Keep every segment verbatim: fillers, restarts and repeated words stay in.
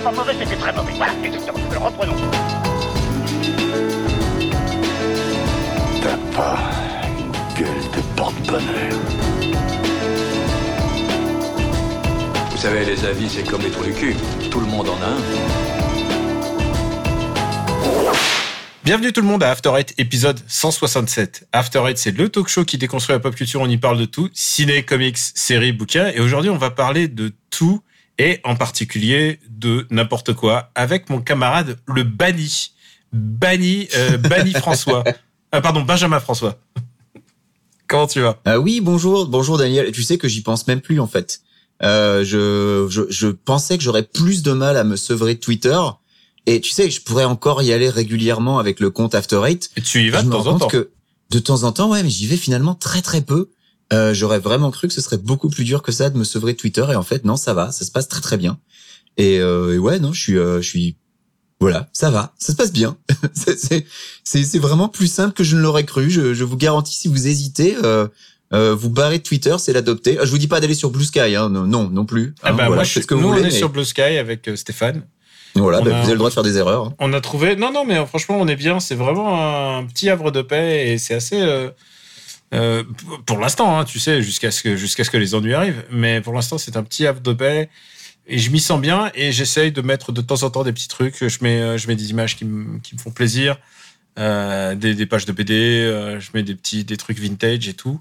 pas mauvais, c'était très mauvais. Voilà, exactement. Alors reprenons. T'as pas une gueule de porte-bonheur. Vous savez, les avis, c'est comme les trous du cul. Tout le monde en a un. Bienvenue tout le monde à After Eight, épisode cent soixante-sept. After Eight, c'est le talk show qui déconstruit la pop culture, on y parle de tout, ciné, comics, séries, bouquins, et aujourd'hui on va parler de tout, et en particulier de n'importe quoi, avec mon camarade le Banni. Banni, euh, Banni François. Ah, pardon, Benjamin François. Comment tu vas ? Ah oui, bonjour, bonjour Daniel. Tu sais que j'y pense même plus en fait. Euh, je, je, je pensais que j'aurais plus de mal à me sevrer de Twitter. Et tu sais, je pourrais encore y aller régulièrement avec le compte After Eight. Et tu y vas de temps en temps. Que de temps en temps, ouais, mais j'y vais finalement très très peu. Euh, j'aurais vraiment cru que ce serait beaucoup plus dur que ça de me sevrer de Twitter. Et en fait, non, ça va, ça se passe très très bien. Et, euh, et ouais, non, je suis, euh, je suis, voilà, ça va, ça se passe bien. c'est, c'est, c'est, c'est vraiment plus simple que je ne l'aurais cru. Je, je vous garantis, si vous hésitez, euh, euh, vous barrez de Twitter, c'est l'adopter. Je vous dis pas d'aller sur Blue Sky, hein, non, non, non plus. Ah hein, bah voilà, moi, je suis, ce que nous vous on voulez, est mais... sur Blue Sky avec euh, Stéphane. Voilà, bah, a, vous avez le droit de faire des erreurs. Hein. On a trouvé, non, non, mais franchement, on est bien. C'est vraiment un petit havre de paix et c'est assez, euh, euh, pour l'instant, hein, tu sais, jusqu'à ce que jusqu'à ce que les ennuis arrivent. Mais pour l'instant, c'est un petit havre de paix et je m'y sens bien et j'essaye de mettre de temps en temps des petits trucs. Je mets, je mets des images qui me qui me font plaisir, euh, des, des pages de B D. Euh, je mets des petits des trucs vintage et tout.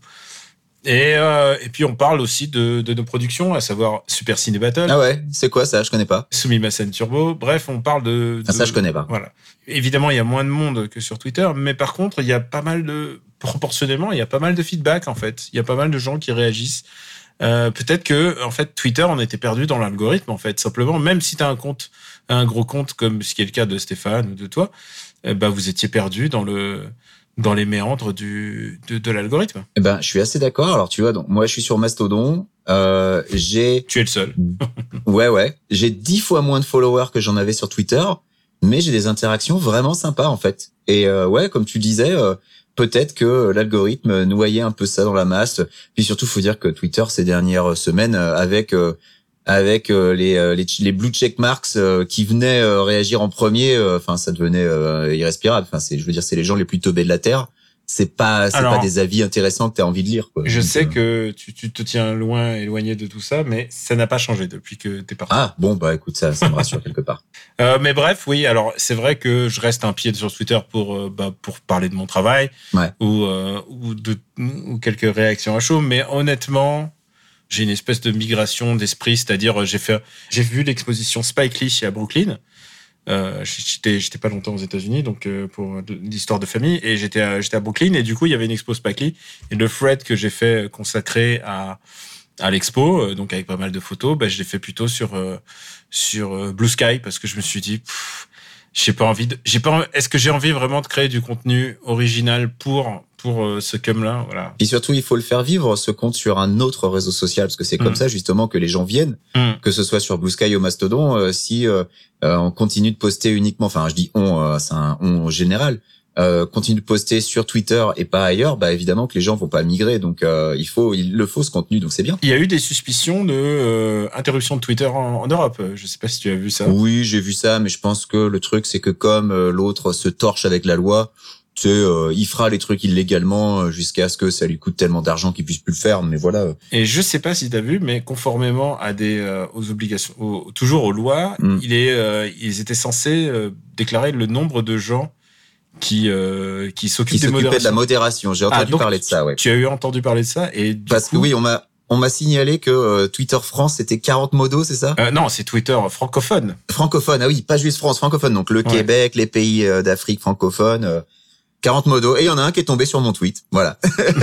Et, euh, et puis on parle aussi de, de nos productions, à savoir Super Ciné Battle. Ah ouais, c'est quoi ça ? Je connais pas. Sumimasen Turbo. Bref, on parle de, de... Ah, ça, je connais pas. Voilà. Évidemment, il y a moins de monde que sur Twitter, mais par contre, il y a pas mal de... Proportionnellement, il y a pas mal de feedback, en fait. Il y a pas mal de gens qui réagissent. Euh, peut-être que, en fait, Twitter, on était perdu dans l'algorithme, en fait. Simplement, même si t'as un compte, un gros compte, comme ce qui est le cas de Stéphane ou de toi, euh, bah, vous étiez perdu dans le... dans les méandres du de, de l'algorithme. Eh ben, je suis assez d'accord. Alors, tu vois, donc moi, je suis sur Mastodon. Euh, j'ai. Tu es le seul. ouais, ouais. J'ai dix fois moins de followers que j'en avais sur Twitter, mais j'ai des interactions vraiment sympas en fait. Et euh, ouais, comme tu disais, euh, peut-être que l'algorithme noyait un peu ça dans la masse. Puis surtout, faut dire que Twitter ces dernières semaines, euh, avec euh, avec euh, les, euh, les les blue check marks euh, qui venaient euh, réagir en premier, enfin euh, ça devenait euh, irrespirable. Enfin c'est, je veux dire, c'est les gens les plus teubés de la terre. C'est pas c'est Alors, pas des avis intéressants que tu as envie de lire quoi. Je Donc, sais euh... que tu, tu te tiens loin, éloigné de tout ça, mais ça n'a pas changé depuis que t'es parti. Ah bon bah écoute, ça ça me rassure quelque part. Euh, mais bref, oui. Alors c'est vrai que je reste un pied sur Twitter pour euh, bah, pour parler de mon travail ouais. ou euh, ou de ou quelques réactions à chaud, mais honnêtement. J'ai une espèce de migration d'esprit, c'est-à-dire j'ai fait, j'ai vu l'exposition Spike Lee à Brooklyn. Euh, j'étais, j'étais pas longtemps aux États-Unis, donc euh, pour l'histoire de famille, et j'étais, à, j'étais à Brooklyn, et du coup il y avait une expo Spike Lee, et le thread que j'ai fait consacré à à l'expo, euh, donc avec pas mal de photos, bah je l'ai fait plutôt sur euh, sur euh, Blue Sky parce que je me suis dit, pff, j'ai pas envie de, j'ai pas, est-ce que j'ai envie vraiment de créer du contenu original pour pour euh, ce cum-là, voilà. Et surtout, il faut le faire vivre, ce compte, sur un autre réseau social, parce que c'est comme mmh. ça justement que les gens viennent, mmh. que ce soit sur Blue Sky ou Mastodon. Euh, si euh, euh, on continue de poster uniquement, enfin je dis on, euh, c'est un on général, euh, continue de poster sur Twitter et pas ailleurs, bah évidemment que les gens vont pas migrer. Donc euh, il faut, il le faut ce contenu, donc c'est bien. Il y a eu des suspicions de euh, interruption de Twitter en, en Europe. Je sais pas si tu as vu ça. Oui, j'ai vu ça, mais je pense que le truc c'est que comme euh, l'autre se torche avec la loi. Tu sais, euh, il fera les trucs illégalement jusqu'à ce que ça lui coûte tellement d'argent qu'il puisse plus le faire, mais voilà. Et je sais pas si t'as vu, mais conformément à des euh, aux obligations, aux, toujours aux lois, mm. il est, euh, ils étaient censés euh, déclarer le nombre de gens qui euh, qui s'occupent qui des modérations. de la modération. J'ai entendu ah, parler de ça, ouais. Tu as eu entendu parler de ça et du parce coup, que oui, on m'a on m'a signalé que euh, Twitter France c'était quarante modos, c'est ça? Euh, non, c'est Twitter francophone. Francophone, ah oui, pas juste France, francophone. Donc le ouais. Québec, les pays euh, d'Afrique francophone. Euh, quarante modos. Et il y en a un qui est tombé sur mon tweet. Voilà.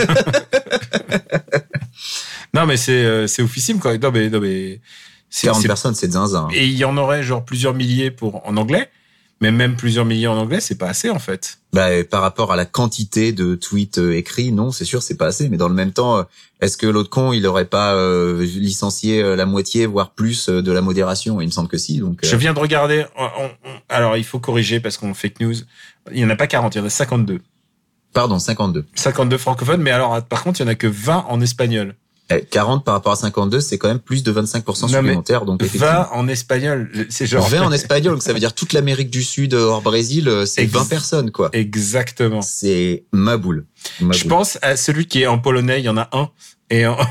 non, mais c'est, euh, c'est oufissime, quoi. Non, mais, non, mais. C'est, quarante c'est... personnes, c'est zinzin. Et il y en aurait, genre, plusieurs milliers pour, en anglais. Mais même plusieurs milliers en anglais, c'est pas assez, en fait. Bah, par rapport à la quantité de tweets euh, écrits, non, c'est sûr, c'est pas assez. Mais dans le même temps, euh, est-ce que l'autre con, il aurait pas euh, licencié euh, la moitié, voire plus, euh, de la modération? Il me semble que si. Donc. Euh... Je viens de regarder. On, on, alors, il faut corriger parce qu'on fake news. Il y en a pas quarante, il y en a cinquante-deux. Pardon, cinquante-deux. cinquante-deux francophones, mais alors, par contre, il y en a que vingt en espagnol. quarante par rapport à cinquante-deux, c'est quand même plus de vingt-cinq pour cent Non, supplémentaires. Donc effectivement. vingt en espagnol, c'est genre. vingt en espagnol, donc ça veut dire toute l'Amérique du Sud hors Brésil, c'est Ex- vingt personnes, quoi. Exactement. C'est ma boule. Ma Je boule. pense à celui qui est en polonais, il y en a un. Et en...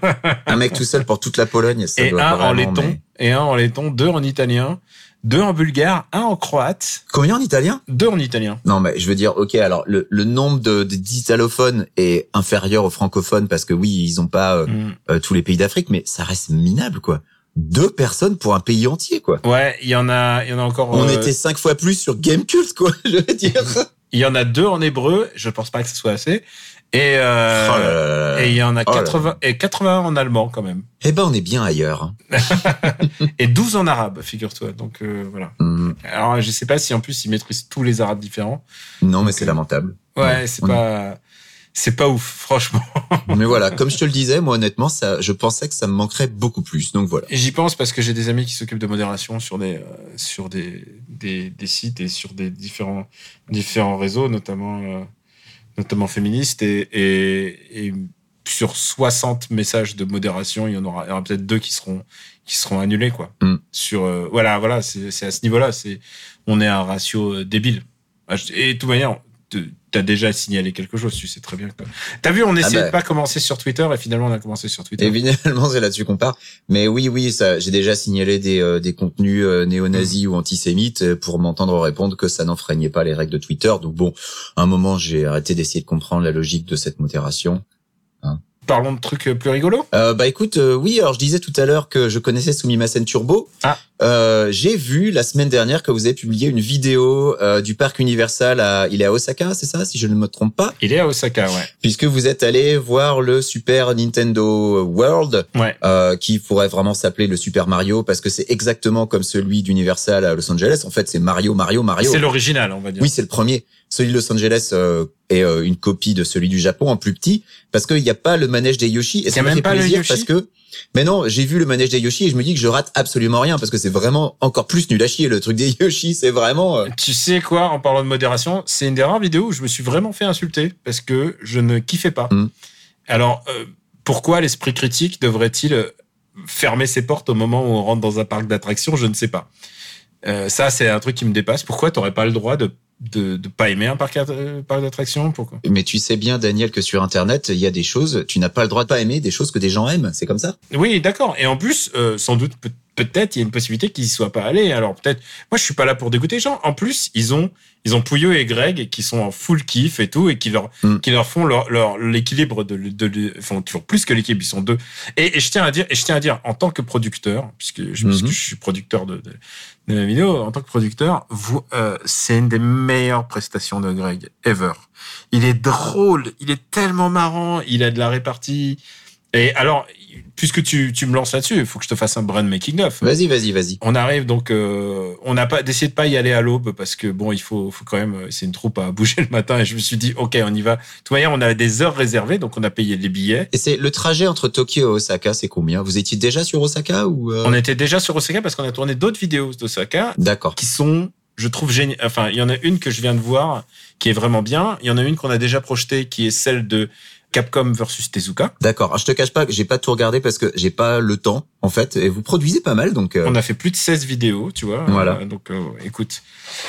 Un mec tout seul pour toute la Pologne, ça et doit un vraiment, en laiton, mais... et un en laiton, deux en italien, deux en bulgare, un en croate, Combien en italien? deux en italien. Non, mais je veux dire, ok, alors le, le nombre de, de d'italophones est inférieur aux francophones parce que oui, ils ont pas euh, Mm. euh, tous les pays d'Afrique, mais ça reste minable, quoi. Deux personnes pour un pays entier, quoi. Ouais, il y en a, il y en a encore. On euh, était cinq fois plus sur Gamecult, quoi, je veux dire. Il y en a deux en hébreu. Je pense pas que ce soit assez. Et euh, Oh là là là là. et il y en a Oh là là. quatre-vingts et quatre-vingts en allemand quand même. Eh ben, on est bien ailleurs. hein. Et douze en arabe, figure-toi. Donc euh, voilà. Hum, Alors je sais pas si en plus ils maîtrisent tous les arabes différents. Non, mais Ok. c'est lamentable. Ouais, c'est on- pas, c'est pas ouf, franchement. Mais voilà, comme je te le disais, moi honnêtement, ça, je pensais que ça me manquerait beaucoup plus. Donc voilà. Et j'y pense parce que j'ai des amis qui s'occupent de modération sur des, euh, sur des, des, des sites et sur des différents, différents réseaux, notamment, euh, notamment féministes. Et, et, et sur soixante messages de modération, il y en aura, il y aura peut-être deux qui seront, qui seront annulés, quoi. Mm. Sur, euh, voilà, voilà, c'est, c'est à ce niveau-là. C'est, on est à un ratio euh, débile. Et de toute manière, te- t'as déjà signalé quelque chose, tu sais très bien. Quoi. T'as vu, on essayait bah. de pas commencer sur Twitter et finalement on a commencé sur Twitter. Évidemment, c'est là-dessus qu'on part. Mais oui, oui, ça, j'ai déjà signalé des, euh, des contenus euh, néo-nazis ou antisémites euh, pour m'entendre répondre que ça n'enfreignait pas les règles de Twitter. Donc bon, à un moment, j'ai arrêté d'essayer de comprendre la logique de cette modération. Parlons de trucs plus rigolos. Euh, bah écoute, euh, oui, alors je disais tout à l'heure que je connaissais Sumimasen Turbo. Ah. Euh, j'ai vu la semaine dernière que vous avez publié une vidéo euh, du parc Universal à, il est à Osaka, c'est ça, si je ne me trompe pas, Il est à Osaka, ouais. puisque vous êtes allé voir le Super Nintendo World, Ouais. euh, qui pourrait vraiment s'appeler le Super Mario, parce que c'est exactement comme celui d'Universal à Los Angeles. En fait, c'est Mario, Mario, Mario. C'est l'original, on va dire. Oui, c'est le premier. Celui de Los Angeles euh, est euh, une copie de celui du Japon en plus petit, parce qu'il n'y a pas le manège des Yoshi. Et Y a ça m'a même fait pas le plaisir Yoshi parce que, mais non, j'ai vu le manège des Yoshi et je me dis que je rate absolument rien parce que c'est vraiment encore plus nul à chier. Le truc des Yoshi, c'est vraiment. euh, Tu sais quoi, en parlant de modération, c'est une des rares vidéos où je me suis vraiment fait insulter parce que je ne kiffais pas. Mm. Alors, euh, pourquoi l'esprit critique devrait-il euh, fermer ses portes au moment où on rentre dans un parc d'attractions? Je ne sais pas. Euh, ça, c'est un truc qui me dépasse. Pourquoi t'aurais pas le droit de de, de pas aimer un parc, euh, parc d'attractions? Pourquoi? Mais tu sais bien, Daniel, que sur Internet, il y a des choses, tu n'as pas le droit de pas aimer des choses que des gens aiment. C'est comme ça. Oui, d'accord. Et en plus, euh, sans doute, peut- peut-être, il y a une possibilité qu'ils y soient pas allés. Alors peut-être, moi, je suis pas là pour dégoûter les gens. En plus, ils ont, ils ont Pouillot et Greg qui sont en full kiff et tout, et qui leur, Mm. qui leur font leur, leur l'équilibre de, de, de, font toujours plus que l'équilibre. Ils sont deux. Et, et je tiens à dire, et je tiens à dire, en tant que producteur, puisque je, puisque Mhm. je suis producteur de, de, de la vidéo, en tant que producteur, vous, euh, c'est une des meilleures prestations de Greg ever. Il est drôle, il est tellement marrant, il a de la répartie. Et alors, puisque tu, tu me lances là-dessus, il faut que je te fasse un brand making of. Vas-y, vas-y, vas-y. On arrive donc, euh, on n'a pas décidé de pas y aller à l'aube parce que bon, il faut, faut quand même, euh, c'est une troupe à bouger le matin. Et je me suis dit, ok, on y va. De toute manière, on avait des heures réservées, donc on a payé les billets. Et c'est le trajet entre Tokyo et Osaka, c'est combien? Vous étiez déjà sur Osaka ou euh... On était déjà sur Osaka parce qu'on a tourné d'autres vidéos d'Osaka D'accord. qui sont, je trouve géniales. Enfin, il y en a une que je viens de voir qui est vraiment bien. Il y en a une qu'on a déjà projetée qui est celle de Capcom versus Tezuka. D'accord. Alors, je te cache pas que j'ai pas tout regardé parce que j'ai pas le temps, en fait. Et vous produisez pas mal, donc. euh, On a fait plus de seize vidéos, tu vois. Voilà. Euh, donc, euh, écoute.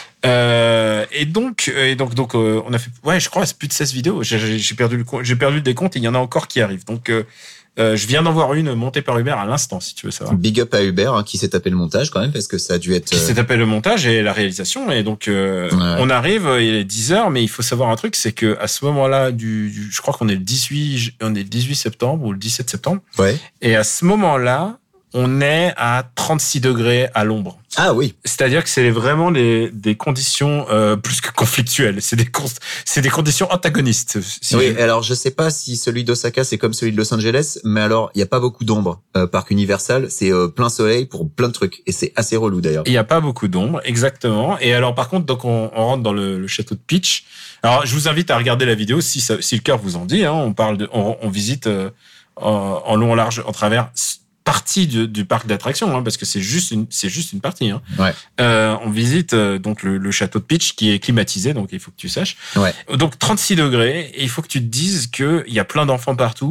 Euh, et donc, et donc, donc, euh, on a fait, ouais, je crois, c'est plus de seize vidéos. J'ai, j'ai- j'ai perdu le, co- j'ai perdu le décompte et il y en a encore qui arrivent. Donc, euh, euh, je viens d'en voir une montée par Hubert à l'instant, si tu veux savoir. Big up à Hubert, hein, qui s'est tapé le montage quand même, parce que ça a dû être. Qui euh, s'est tapé le montage et la réalisation. Et donc, euh, Ouais. on arrive, il est dix heures, mais il faut savoir un truc, c'est que à ce moment-là, du, du- je crois qu'on est le dix-huit, j- on est le dix-huit septembre ou le dix-sept septembre. Ouais. Et à ce moment-là, on est à trente-six degrés à l'ombre. Ah oui. C'est-à-dire que c'est vraiment des, des conditions euh, plus que conflictuelles. C'est des, cons- c'est des conditions antagonistes. Si Oui. je- Alors, je sais pas si celui d'Osaka c'est comme celui de Los Angeles, mais alors il y a pas beaucoup d'ombre. Euh, Parc Universal, c'est euh, plein soleil pour plein de trucs, et c'est assez relou d'ailleurs. Il n'y a pas beaucoup d'ombre, exactement. Et alors, par contre, donc on, on rentre dans le, le château de Peach. Alors, je vous invite à regarder la vidéo si, ça, si le cœur vous en dit. Hein, on parle de, on, on visite euh, en, en long, en large, en travers partie du, du parc d'attractions, hein, parce que c'est juste une, c'est juste une partie. Hein. Ouais. Euh, on visite euh, donc le, le château de Peach qui est climatisé, donc il faut que tu saches. Ouais. Donc trente-six degrés, et il faut que tu te dises que il y a plein d'enfants partout,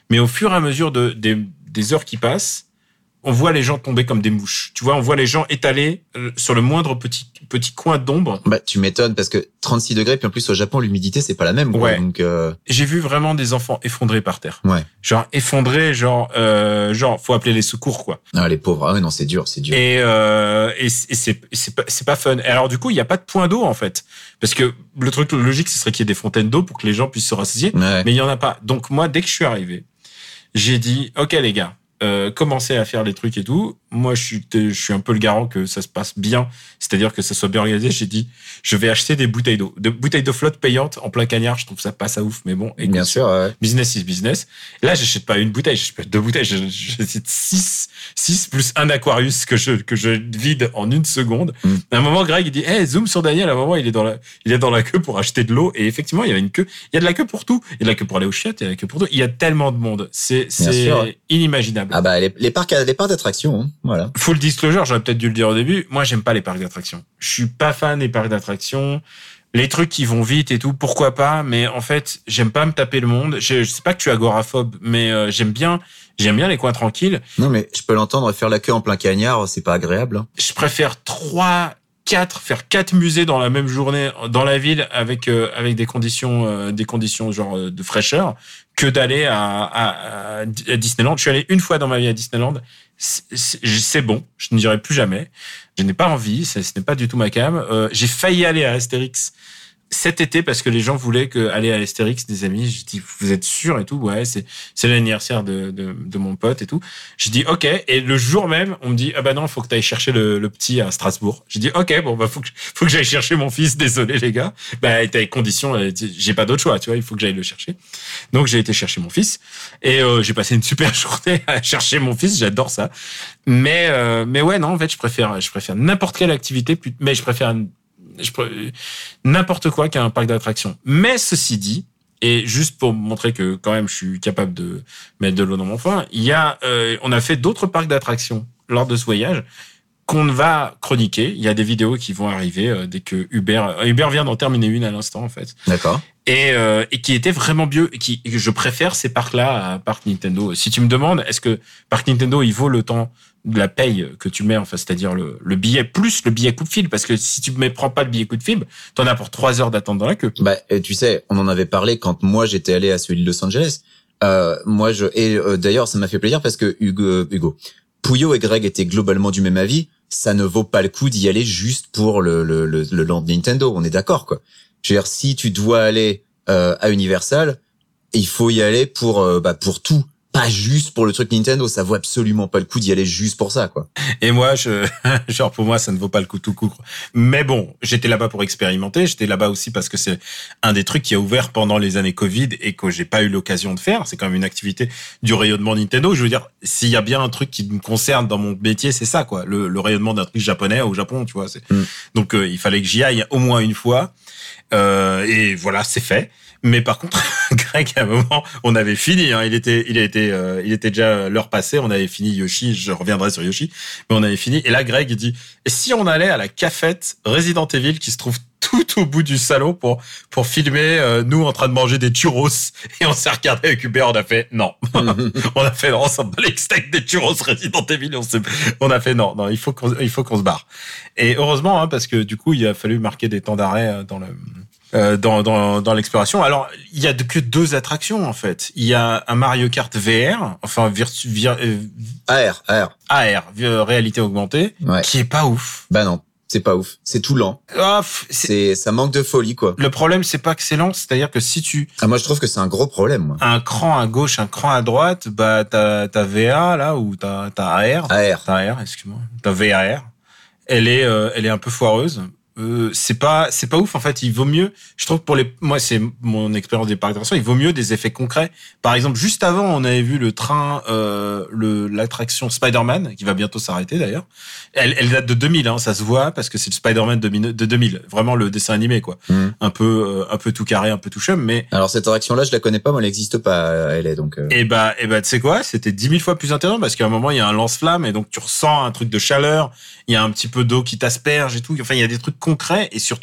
mais au fur et à mesure de, des, des heures qui passent, on voit les gens tomber comme des mouches. Tu vois, on voit les gens étalés sur le moindre petit petit coin d'ombre. Bah, tu m'étonnes parce que trente-six degrés, puis en plus au Japon, l'humidité c'est pas la même. Quoi, ouais. Donc euh... j'ai vu vraiment des enfants effondrés par terre. Ouais. Genre effondrés, genre euh, genre faut appeler les secours quoi. Ah les pauvres, ah ouais, non c'est dur, c'est dur. Et euh, et c'est c'est c'est pas c'est pas fun. Et alors du coup il y a pas de point d'eau en fait parce que le truc logique ce serait qu'il y ait des fontaines d'eau pour que les gens puissent se rassasier. Ouais. Mais il y en a pas. Donc moi dès que je suis arrivé, j'ai dit ok les gars. Euh, commencer à faire les trucs et tout. Moi, je suis, je suis un peu le garant que ça se passe bien, c'est-à-dire que ça soit bien organisé. J'ai dit, je vais acheter des bouteilles d'eau, des bouteilles d'eau flotte payantes en plein cagnard. Je trouve ça pas ça ouf, mais bon. Écoute, bien sûr, ouais. Business is business. Et là, j'achète pas une bouteille, j'achète deux bouteilles. J'achète six, six plus un Aquarius que je que je vide en une seconde. Mm. À un moment, Greg il dit, hey, zoom sur Daniel. À un moment, il est dans la, il est dans la queue pour acheter de l'eau. Et effectivement, il y avait une queue. Il y a de la queue pour tout. Il y a de la queue pour aller aux chiottes. Il y a de la queue pour tout. Il y a tellement de monde. C'est c'est inimaginable. Ah bah les, les parcs les parcs d'attractions, hein. Voilà. Full disclosure, j'aurais peut-être dû le dire au début. Moi, j'aime pas les parcs d'attractions. Je suis pas fan des parcs d'attractions. Les trucs qui vont vite et tout, pourquoi pas. Mais en fait, j'aime pas me taper le monde. Je, je sais pas que tu es agoraphobe, mais euh, j'aime bien, j'aime bien les coins tranquilles. Non, mais je peux l'entendre faire la queue en plein cagnard, c'est pas agréable. Hein. Je préfère trois, quatre, faire quatre musées dans la même journée dans la ville avec euh, avec des conditions, euh, des conditions genre euh, de fraîcheur, que d'aller à, à, à Disneyland. Je suis allé une fois dans ma vie à Disneyland. C'est bon, je ne dirai plus jamais. Je n'ai pas envie, ce n'est pas du tout ma cam. Euh, j'ai failli aller à Astérix cet été parce que les gens voulaient que aller à Astérix, des amis. Je dis, vous êtes sûr et tout? Ouais, c'est c'est l'anniversaire de, de de mon pote et tout. Je dis ok. Et le jour même, on me dit ah bah non, faut que tu ailles chercher le, le petit à Strasbourg. Je dis ok, bon bah faut que faut que j'aille chercher mon fils. Désolé les gars. Bah t'as les conditions, j'ai pas d'autre choix, tu vois. Il faut que j'aille le chercher. Donc j'ai été chercher mon fils et euh, j'ai passé une super journée à chercher mon fils. J'adore ça. Mais euh, mais ouais non, en fait je préfère je préfère n'importe quelle activité. Mais je préfère Je peux, n'importe quoi qu'un parc d'attractions. Mais ceci dit, et juste pour montrer que quand même je suis capable de mettre de l'eau dans mon foin, il y a, euh, on a fait d'autres parcs d'attractions lors de ce voyage qu'on va chroniquer. Il y a des vidéos qui vont arriver euh, dès que Hubert, Hubert vient d'en terminer une à l'instant en fait. D'accord. Et, euh, et qui était vraiment mieux, et qui, et que je préfère ces parcs-là à Parc Nintendo. Si tu me demandes, est-ce que Parc Nintendo il vaut le temps de la paye que tu mets, enfin, c'est-à-dire le, le billet plus le billet coup de fil, parce que si tu ne prends pas le billet coup de fil, t'en as pour trois heures d'attente dans la queue. Bah, tu sais, on en avait parlé quand moi j'étais allé à celui de Los Angeles. Euh, moi, je et euh, d'ailleurs, ça m'a fait plaisir parce que Hugo, Hugo, Pouillot et Greg étaient globalement du même avis. Ça ne vaut pas le coup d'y aller juste pour le le le, le land Nintendo. On est d'accord, quoi. Je veux dire, si tu dois aller euh, à Universal, il faut y aller pour euh, bah pour tout. Pas juste pour le truc Nintendo, ça vaut absolument pas le coup d'y aller juste pour ça, quoi. Et moi, je, genre pour moi, ça ne vaut pas le coup tout court. Mais bon, j'étais là-bas pour expérimenter. J'étais là-bas aussi parce que c'est un des trucs qui a ouvert pendant les années Covid et que j'ai pas eu l'occasion de faire. C'est quand même une activité du rayonnement Nintendo. Je veux dire, s'il y a bien un truc qui me concerne dans mon métier, c'est ça, quoi. Le, le rayonnement d'un truc japonais au Japon, tu vois. C'est... Mm. Donc, euh, il fallait que j'y aille au moins une fois. Euh, et voilà, c'est fait. Mais par contre, Greg, à un moment, on avait fini. Hein, il était, il a été, euh, il était déjà l'heure passée. On avait fini Yoshi. Je reviendrai sur Yoshi, mais on avait fini. Et là, Greg il dit et si on allait à la cafette Resident Evil qui se trouve tout au bout du salon pour pour filmer euh, nous en train de manger des churros. Et on s'est regardé avec Hubert. On a fait non. on a fait non. On s'en bat les steaks des churros Resident Evil. On s'est, on a fait non, non. Il faut qu'on, il faut qu'on se barre. Et heureusement, hein, parce que du coup, il a fallu marquer des temps d'arrêt dans le. Euh, dans dans dans l'exploration. Alors, il y a que deux attractions en fait. Il y a un Mario Kart V R, enfin virtu vir, euh, A R, A R, A R, réalité augmentée, ouais. Qui est pas ouf. Bah non, c'est pas ouf. C'est tout lent. Oh, c'est... c'est ça manque de folie, quoi. Le problème, c'est pas que c'est lent, c'est-à-dire que si tu ah moi je trouve que c'est un gros problème. Moi. Un cran à gauche, un cran à droite, bah t'as t'as V A là ou t'as t'as A R. A R. T'as A R, excuse-moi. T'as V A R. Elle est euh, elle est un peu foireuse. Euh, c'est pas c'est pas ouf en fait. Il vaut mieux, je trouve, pour les moi c'est mon expérience des parcs d'attractions, il vaut mieux des effets concrets. Par exemple, juste avant on avait vu le train euh, le l'attraction Spider-Man qui va bientôt s'arrêter d'ailleurs. Elle elle date de deux mille, hein, ça se voit parce que c'est le Spider-Man de deux mille, vraiment le dessin animé, quoi. Mmh. Un peu euh, un peu tout carré, un peu tout chum, mais alors cette attraction là je la connais pas, moi elle n'existe pas, elle est donc euh... et bah et bah tu sais quoi, c'était dix mille fois plus intéressant parce qu'à un moment il y a un lance-flamme et donc tu ressens un truc de chaleur, il y a un petit peu d'eau qui t'asperge et tout, enfin il y a des trucs concret et surtout c'est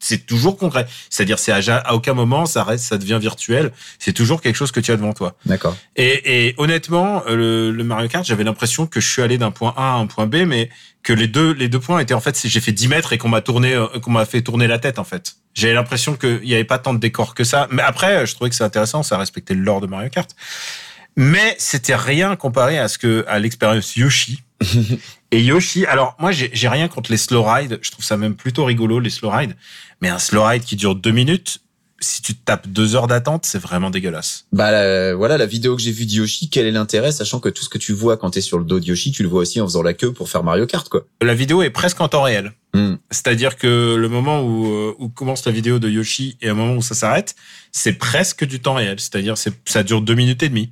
c'est toujours concret. C'est-à-dire, c'est à, ja- à aucun moment, ça reste, ça devient virtuel. C'est toujours quelque chose que tu as devant toi. D'accord. Et, et honnêtement, le, le Mario Kart, j'avais l'impression que je suis allé d'un point A à un point B, mais que les deux, les deux points étaient en fait, c'est, j'ai fait dix mètres et qu'on m'a tourné, euh, qu'on m'a fait tourner la tête, en fait. J'avais l'impression qu'il y avait pas tant de décors que ça. Mais après, je trouvais que c'est intéressant, ça respectait le lore de Mario Kart. Mais c'était rien comparé à ce que, à l'expérience Yoshi. Et Yoshi, alors moi j'ai, j'ai rien contre les slow rides, je trouve ça même plutôt rigolo les slow rides, mais un slow ride qui dure deux minutes, si tu te tapes deux heures d'attente, c'est vraiment dégueulasse. Bah la, voilà la vidéo que j'ai vue de Yoshi, quel est l'intérêt, sachant que tout ce que tu vois quand t'es sur le dos de Yoshi, tu le vois aussi en faisant la queue pour faire Mario Kart, quoi. La vidéo est presque en temps réel. Mm. C'est-à-dire que le moment où, où commence la vidéo de Yoshi et le moment où ça s'arrête, c'est presque du temps réel. C'est-à-dire c'est, ça dure deux minutes et demie.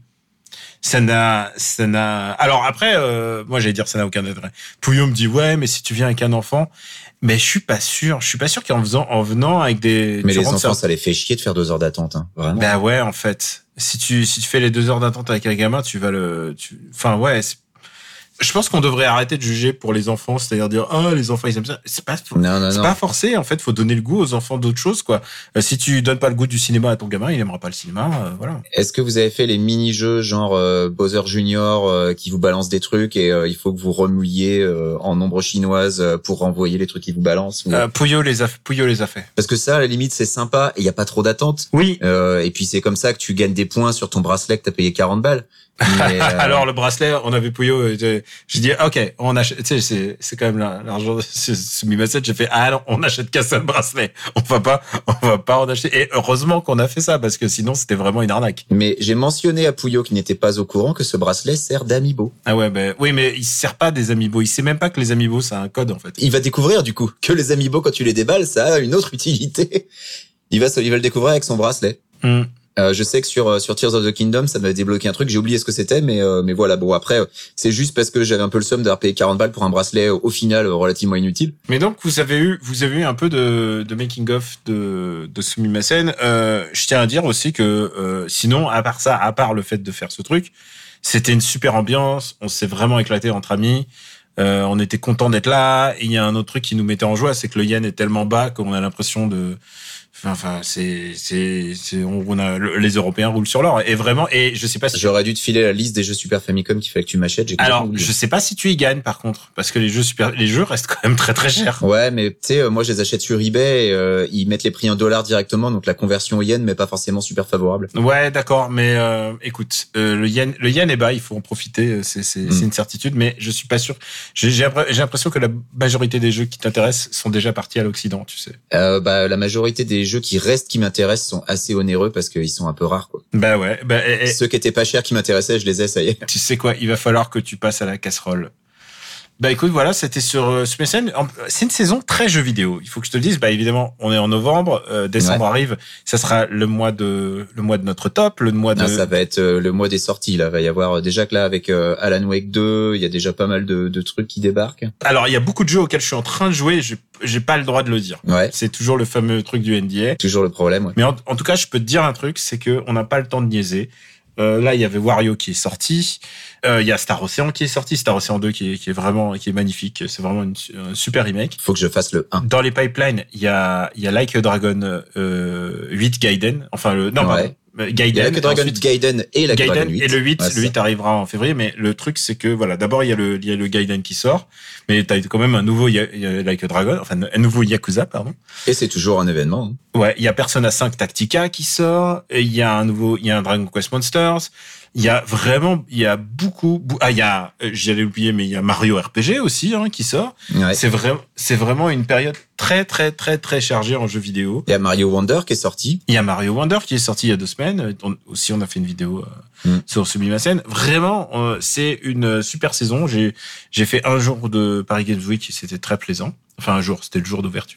Ça n'a, ça n'a. Alors après, euh, moi j'allais dire ça n'a aucun intérêt. Pouillot me dit ouais, mais si tu viens avec un enfant, mais je suis pas sûr. Je suis pas sûr qu'en faisant, en venant avec des. Mais les enfants, ça... ça les fait chier de faire deux heures d'attente, hein, vraiment. Bah ouais, en fait, si tu si tu fais les deux heures d'attente avec un gamin, tu vas le. Tu... Enfin ouais. C'est... Je pense qu'on devrait arrêter de juger pour les enfants, c'est-à-dire dire ah oh, les enfants ils aiment ça. C'est pas non, non, c'est non. pas forcé en fait. Faut donner le goût aux enfants d'autres choses quoi. Euh, si tu donnes pas le goût du cinéma à ton gamin, il aimera pas le cinéma. Euh, voilà. Est-ce que vous avez fait les mini-jeux genre euh, Bowser Junior euh, qui vous balance des trucs et euh, il faut que vous remouilliez euh, en ombre chinoise euh, pour renvoyer les trucs qui vous balancent ou... euh, Pouillot les a Pouillot les a fait. Parce que ça à la limite c'est sympa et il y a pas trop d'attente. Oui. Euh, et puis c'est comme ça que tu gagnes des points sur ton bracelet que t'as payé quarante balles. Mais, euh... Alors le bracelet, on avait Pouillot. Je dis ok, on achète. Tu sais, c'est c'est quand même l'argent de ce, ce Mimaset. J'ai fait ah non, on achète qu'un seul bracelet. On va pas, on va pas en acheter. Et heureusement qu'on a fait ça parce que sinon c'était vraiment une arnaque. Mais j'ai mentionné à Pouillot qui n'était pas au courant que ce bracelet sert d'amiibo. Ah ouais, ben oui, mais il sert pas des amiibo. Il sait même pas que les amiibo c'est un code en fait. Il va découvrir du coup que les amiibo quand tu les déballes, ça a une autre utilité. Il va, il va le découvrir avec son bracelet. Mm. Euh, je sais que sur sur Tears of the Kingdom, ça m'avait débloqué un truc. J'ai oublié ce que c'était, mais euh, mais voilà. Bon après, c'est juste parce que j'avais un peu le seum d'avoir payé quarante balles pour un bracelet au final relativement inutile. Mais donc vous avez eu vous avez eu un peu de de making of de de Sumimasen. Euh, je tiens à dire aussi que euh, sinon à part ça, à part le fait de faire ce truc, c'était une super ambiance. On s'est vraiment éclaté entre amis. Euh, on était content d'être là. Et il y a un autre truc qui nous mettait en joie, c'est que le yen est tellement bas qu'on a l'impression de Enfin, c'est, c'est, c'est, on a, les Européens roulent sur l'or. Et vraiment, et je sais pas si. J'aurais dû te filer la liste des jeux Super Famicom qu'il fallait que tu m'achètes. J'ai Alors, je sais pas si tu y gagnes, par contre. Parce que les jeux super, les jeux restent quand même très très chers. Ouais, mais tu sais, moi, je les achète sur eBay et euh, ils mettent les prix en dollars directement. Donc, la conversion au yen, mais pas forcément super favorable. Ouais, d'accord. Mais, euh, écoute, euh, le yen, le yen est bas. Il faut en profiter. C'est, c'est, mm. c'est une certitude. Mais je suis pas sûr. J'ai, j'ai, j'ai l'impression que la majorité des jeux qui t'intéressent sont déjà partis à l'Occident, tu sais. Euh, bah, la majorité des jeux qui restent, qui m'intéressent, sont assez onéreux parce qu'ils sont un peu rares, quoi. Bah ouais. Bah, et, et... Ceux qui étaient pas chers, qui m'intéressaient, je les ai, ça y est. Tu sais quoi, il va falloir que tu passes à la casserole. Bah écoute, voilà, c'était sur euh, Sumimasen. C'est une saison très jeux vidéo. Il faut que je te le dise. Bah évidemment, on est en novembre, euh, décembre ouais. arrive. Ça sera le mois de le mois de notre top, le mois de. Non, ça va être euh, le mois des sorties. Là, va y avoir euh, déjà que là avec euh, Alan Wake deux, il y a déjà pas mal de, de trucs qui débarquent. Alors il y a beaucoup de jeux auxquels je suis en train de jouer. J'ai, j'ai pas le droit de le dire. Ouais. C'est toujours le fameux truc du N D A. Toujours le problème. Ouais. Mais en, en tout cas, je peux te dire un truc, c'est que on n'a pas le temps de niaiser. Euh, là, il y avait Wario qui est sorti. Euh, il y a Star Ocean qui est sorti. Star Ocean deux qui est, qui est vraiment, qui est magnifique. C'est vraiment une, un super remake. Faut que je fasse le un. Dans les pipelines, il y a, il y a Like a Dragon euh, huit Gaiden. Enfin, le, non, ouais. pardon. Gaiden. Il y a Like a Dragon Gaiden et Like a Dragon huit. Et le huit, ouais, le huit arrivera en février. Mais le truc, c'est que, voilà, d'abord, il y a le, il y a le Gaiden qui sort. Mais t'as quand même un nouveau, il y a Like a Dragon, enfin, un nouveau Yakuza, pardon. Et c'est toujours un événement. Hein. Ouais, il y a Persona cinq Tactica qui sort. Et il y a un nouveau, il y a un Dragon Quest Monsters. Il y a vraiment, il y a beaucoup, ah, il y a, j'allais oublier, mais il y a Mario R P G aussi, hein, qui sort. Ouais. C'est vraiment, c'est vraiment une période très, très, très, très chargée en jeux vidéo. Il y a Mario Wonder qui est sorti. Il y a Mario Wonder qui est sorti il y a deux semaines. On, aussi, on a fait une vidéo euh, mm. sur Sumimasen. Vraiment, euh, c'est une super saison. J'ai, j'ai fait un jour de Paris Games Week et c'était très plaisant. Enfin, un jour, c'était le jour d'ouverture.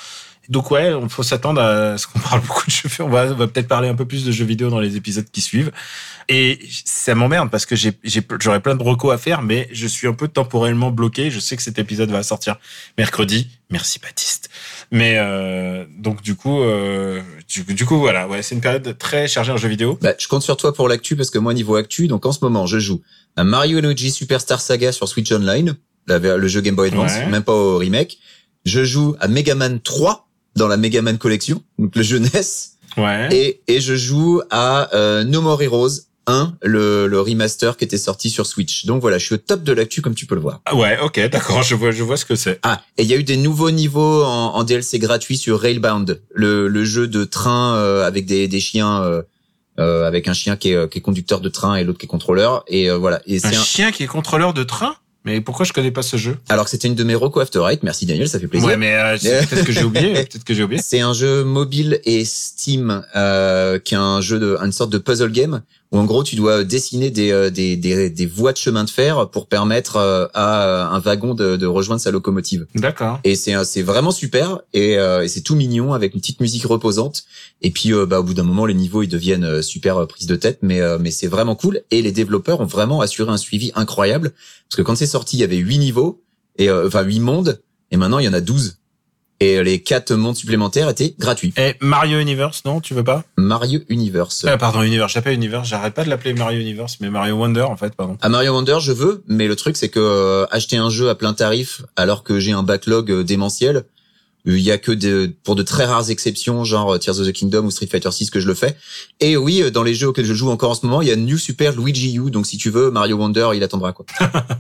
Donc ouais, il faut s'attendre à ce qu'on parle beaucoup de jeux vidéo. On va, on va peut-être parler un peu plus de jeux vidéo dans les épisodes qui suivent. Et ça m'emmerde parce que j'ai, j'ai, j'aurais plein de recos à faire, mais je suis un peu temporellement bloqué. Je sais que cet épisode va sortir mercredi. Merci Baptiste. Mais euh, donc du coup, euh, du, du coup voilà, ouais, c'est une période très chargée en jeux vidéo. Bah, je compte sur toi pour l'actu parce que moi niveau actu, donc en ce moment, je joue à Mario and Luigi Superstar Saga sur Switch Online, la, le jeu Game Boy Advance, ouais. Même pas au remake. Je joue à Mega Man trois. dans la Mega Man Collection, donc le jeu N E S. Ouais. Et, et je joue à euh, No More Heroes un, le, le remaster qui était sorti sur Switch. Donc voilà, je suis au top de l'actu comme tu peux le voir. Ah ouais, ok, d'accord, je vois, je vois ce que c'est. Ah, et il y a eu des nouveaux niveaux en, en D L C gratuit sur Railbound, le, le jeu de train euh, avec des, des chiens, euh, euh, avec un chien qui est, qui est conducteur de train et l'autre qui est contrôleur. Et euh, voilà. Et un c'est un chien qui est contrôleur de train? Mais pourquoi je connais pas ce jeu? Alors que c'était une de mes reco After Eight. Merci Daniel, ça fait plaisir. Ouais, mais euh, c'est peut-être que j'ai oublié. Peut-être que j'ai oublié. C'est un jeu mobile et Steam euh, qui est un jeu de, une sorte de puzzle game où en gros tu dois dessiner des des des, des voies de chemin de fer pour permettre euh, à un wagon de, de rejoindre sa locomotive. D'accord. Et c'est c'est vraiment super et, euh, et c'est tout mignon avec une petite musique reposante. Et puis euh, bah au bout d'un moment les niveaux ils deviennent super euh, prise de tête, mais euh, mais c'est vraiment cool et les développeurs ont vraiment assuré un suivi incroyable parce que quand c'est sorti il y avait huit niveaux et euh, enfin huit mondes et maintenant il y en a douze. Et les quatre mondes supplémentaires étaient gratuits. Et Mario Universe, non, tu veux pas? Mario Universe. Ah, pardon, Universe, j'appelle Universe, j'arrête pas de l'appeler Mario Universe, mais Mario Wonder, en fait, pardon. À Mario Wonder, je veux, mais le truc, c'est que euh, acheter un jeu à plein tarif, alors que j'ai un backlog euh, démentiel, il y a que de, pour de très rares exceptions, genre Tears of the Kingdom ou Street Fighter six que je le fais. Et oui, dans les jeux auxquels je joue encore en ce moment, il y a New Super Luigi U, donc si tu veux, Mario Wonder, il attendra, quoi.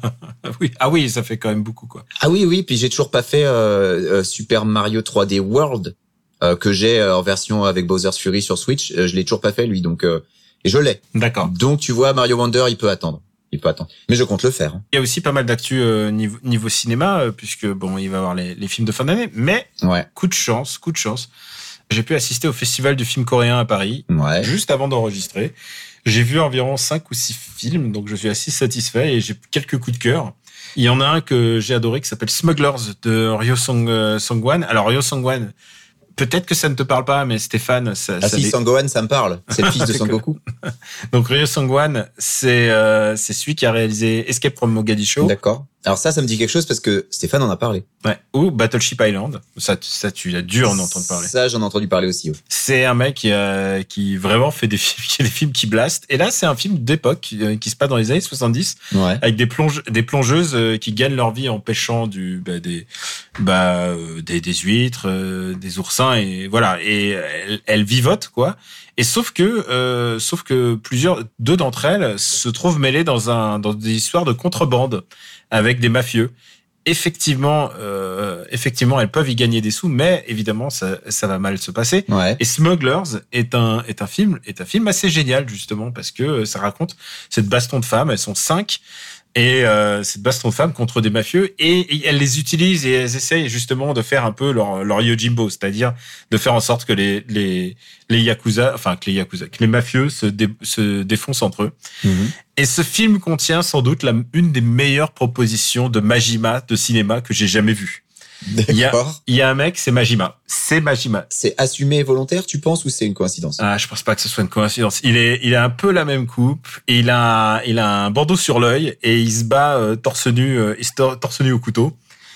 Oui. Ah oui, ça fait quand même beaucoup, quoi. Ah oui, oui, puis j'ai toujours pas fait euh, euh, Super Mario trois D World, euh, que j'ai euh, en version avec Bowser's Fury sur Switch. Euh, je l'ai toujours pas fait, lui, donc euh, et je l'ai. D'accord. Donc tu vois, Mario Wonder, il peut attendre. Il peut attendre. Mais je compte le faire. Hein. Il y a aussi pas mal d'actu euh, niveau, niveau cinéma, euh, puisque bon, il va y avoir les, les films de fin d'année. Mais ouais. coup de chance, coup de chance, j'ai pu assister au festival du film coréen à Paris, ouais. juste avant d'enregistrer. J'ai vu environ cinq ou six films, donc je suis assez satisfait et j'ai quelques coups de cœur. Il y en a un que j'ai adoré qui s'appelle Smugglers de Ryo Song, euh, Song-wan. Alors Ryo Song-wan, peut-être que ça ne te parle pas, mais Stéphane, ça. Ah ça si, dé... Sang-Gohan, ça me parle. C'est le fils de Sangoku. Donc Ryo Song-wan, c'est euh, c'est celui qui a réalisé Escape from Mogadiscio. D'accord. Alors ça, ça me dit quelque chose parce que Stéphane en a parlé. Ouais. Ou Battleship Island. Ça, ça tu as dû en entendre parler. Ça, j'en ai entendu parler aussi. Oui. C'est un mec qui, euh, qui vraiment fait des films, qui des films qui blastent. Et là, c'est un film d'époque euh, qui se passe dans les années soixante-dix, ouais. avec des plonge, des plongeuses euh, qui gagnent leur vie en pêchant du, bah, des, bah, euh, des, des huîtres, euh, des oursins et voilà. Et elles, elles vivotent quoi. Et sauf que, euh, sauf que plusieurs, deux d'entre elles se trouvent mêlées dans un, dans des histoires de contrebande avec des mafieux. Effectivement, euh, effectivement, elles peuvent y gagner des sous, mais évidemment, ça, ça va mal se passer. Ouais. Et Smugglers est un, est un film, est un film assez génial justement parce que ça raconte cette baston de femmes. Elles sont cinq. Et euh, cette baston de femmes contre des mafieux et, et elles les utilisent et elles essayent justement de faire un peu leur leur Yojimbo, c'est-à-dire de faire en sorte que les les les yakuza, enfin que les yakuza, que les mafieux se dé, se défoncent entre eux. Mm-hmm. Et ce film contient sans doute la, une des meilleures propositions de Majima de cinéma que j'ai jamais vues. Il y a, il y a un mec, c'est Majima. C'est Majima. C'est assumé et volontaire, tu penses, ou c'est une coïncidence? Ah, je pense pas que ce soit une coïncidence. Il est, il a un peu la même coupe, et il a, il a un bandeau sur l'œil, et il se bat euh, torse nu, euh, torse nu au couteau.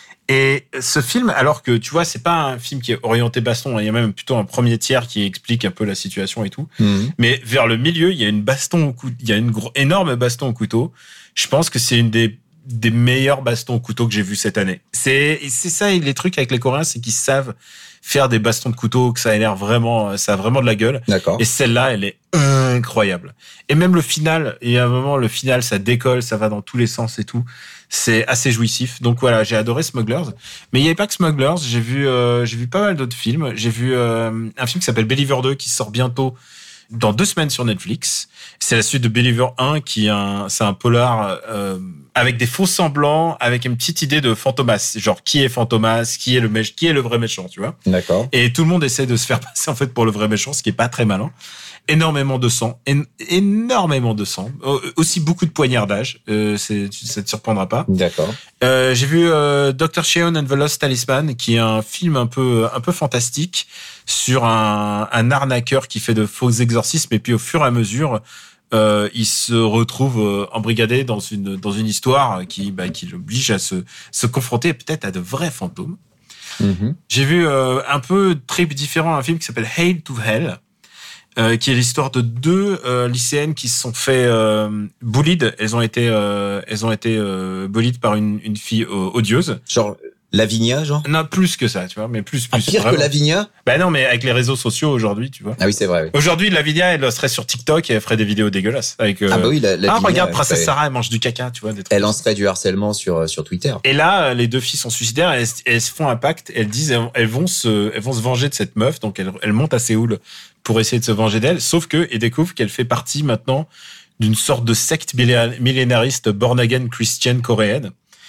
Et ce film, alors que tu vois, c'est pas un film qui est orienté baston, il y a même plutôt un premier tiers qui explique un peu la situation et tout. Mmh. Mais vers le milieu, il y a une baston au couteau, il y a une gros, énorme baston au couteau. Je pense que c'est une des des meilleurs bastons au couteau que j'ai vu cette année. C'est c'est ça les trucs avec les Coréens, c'est qu'ils savent faire des bastons de couteau que ça a l'air vraiment ça a vraiment de la gueule. D'accord. Et celle-là, elle est incroyable. Et même le final, il y a un moment le final, ça décolle, ça va dans tous les sens et tout. C'est assez jouissif. Donc voilà, j'ai adoré Smugglers, mais il y avait pas que Smugglers, j'ai vu euh, j'ai vu pas mal d'autres films. J'ai vu euh, un film qui s'appelle Believer deux qui sort bientôt dans deux semaines sur Netflix. C'est la suite de Believer un qui est un, c'est un polar euh, avec des faux semblants, avec une petite idée de Fantomas, genre qui est Fantomas, qui est le méch- qui est le vrai méchant, tu vois. D'accord. Et tout le monde essaie de se faire passer en fait pour le vrai méchant, ce qui est pas très malin. Énormément de sang, en- énormément de sang, euh, aussi beaucoup de poignardage. Euh, c'est, ça te surprendra pas. D'accord. Euh, j'ai vu euh, docteur Sheon and the Lost Talisman, qui est un film un peu un peu fantastique sur un, un arnaqueur qui fait de faux exorcismes et puis au fur et à mesure, euh, il se retrouve euh, embrigadé dans une dans une histoire qui bah, qui l'oblige à se se confronter peut-être à de vrais fantômes. Mm-hmm. J'ai vu euh, un peu très différent un film qui s'appelle Hail to Hell. Euh, qui est l'histoire de deux euh, lycéennes qui se sont fait euh, bullied. Elles ont été, euh, elles ont été euh, bullied par une, une fille euh, odieuse. Genre Lavinia, genre? Non, plus que ça, tu vois, mais plus, plus. Ah, pire vraiment. que Lavinia? Bah non, mais avec les réseaux sociaux aujourd'hui, tu vois. Ah oui, c'est vrai, oui. Aujourd'hui, Lavinia, elle serait sur TikTok et elle ferait des vidéos dégueulasses. Avec, euh... Ah bah oui, la, Lavinia. Ah, regarde, Princesse fait... Sarah, elle mange du caca, tu vois, des trucs. Elle lancerait du harcèlement sur, sur Twitter. Et là, les deux filles sont suicidaires, elles, elles se font un pacte, elles disent, elles, elles vont se, elles vont se venger de cette meuf, donc elles, elles montent à Séoul pour essayer de se venger d'elle, sauf que, elles découvrent qu'elle fait partie maintenant d'une sorte de secte millénariste born again christian coréenne.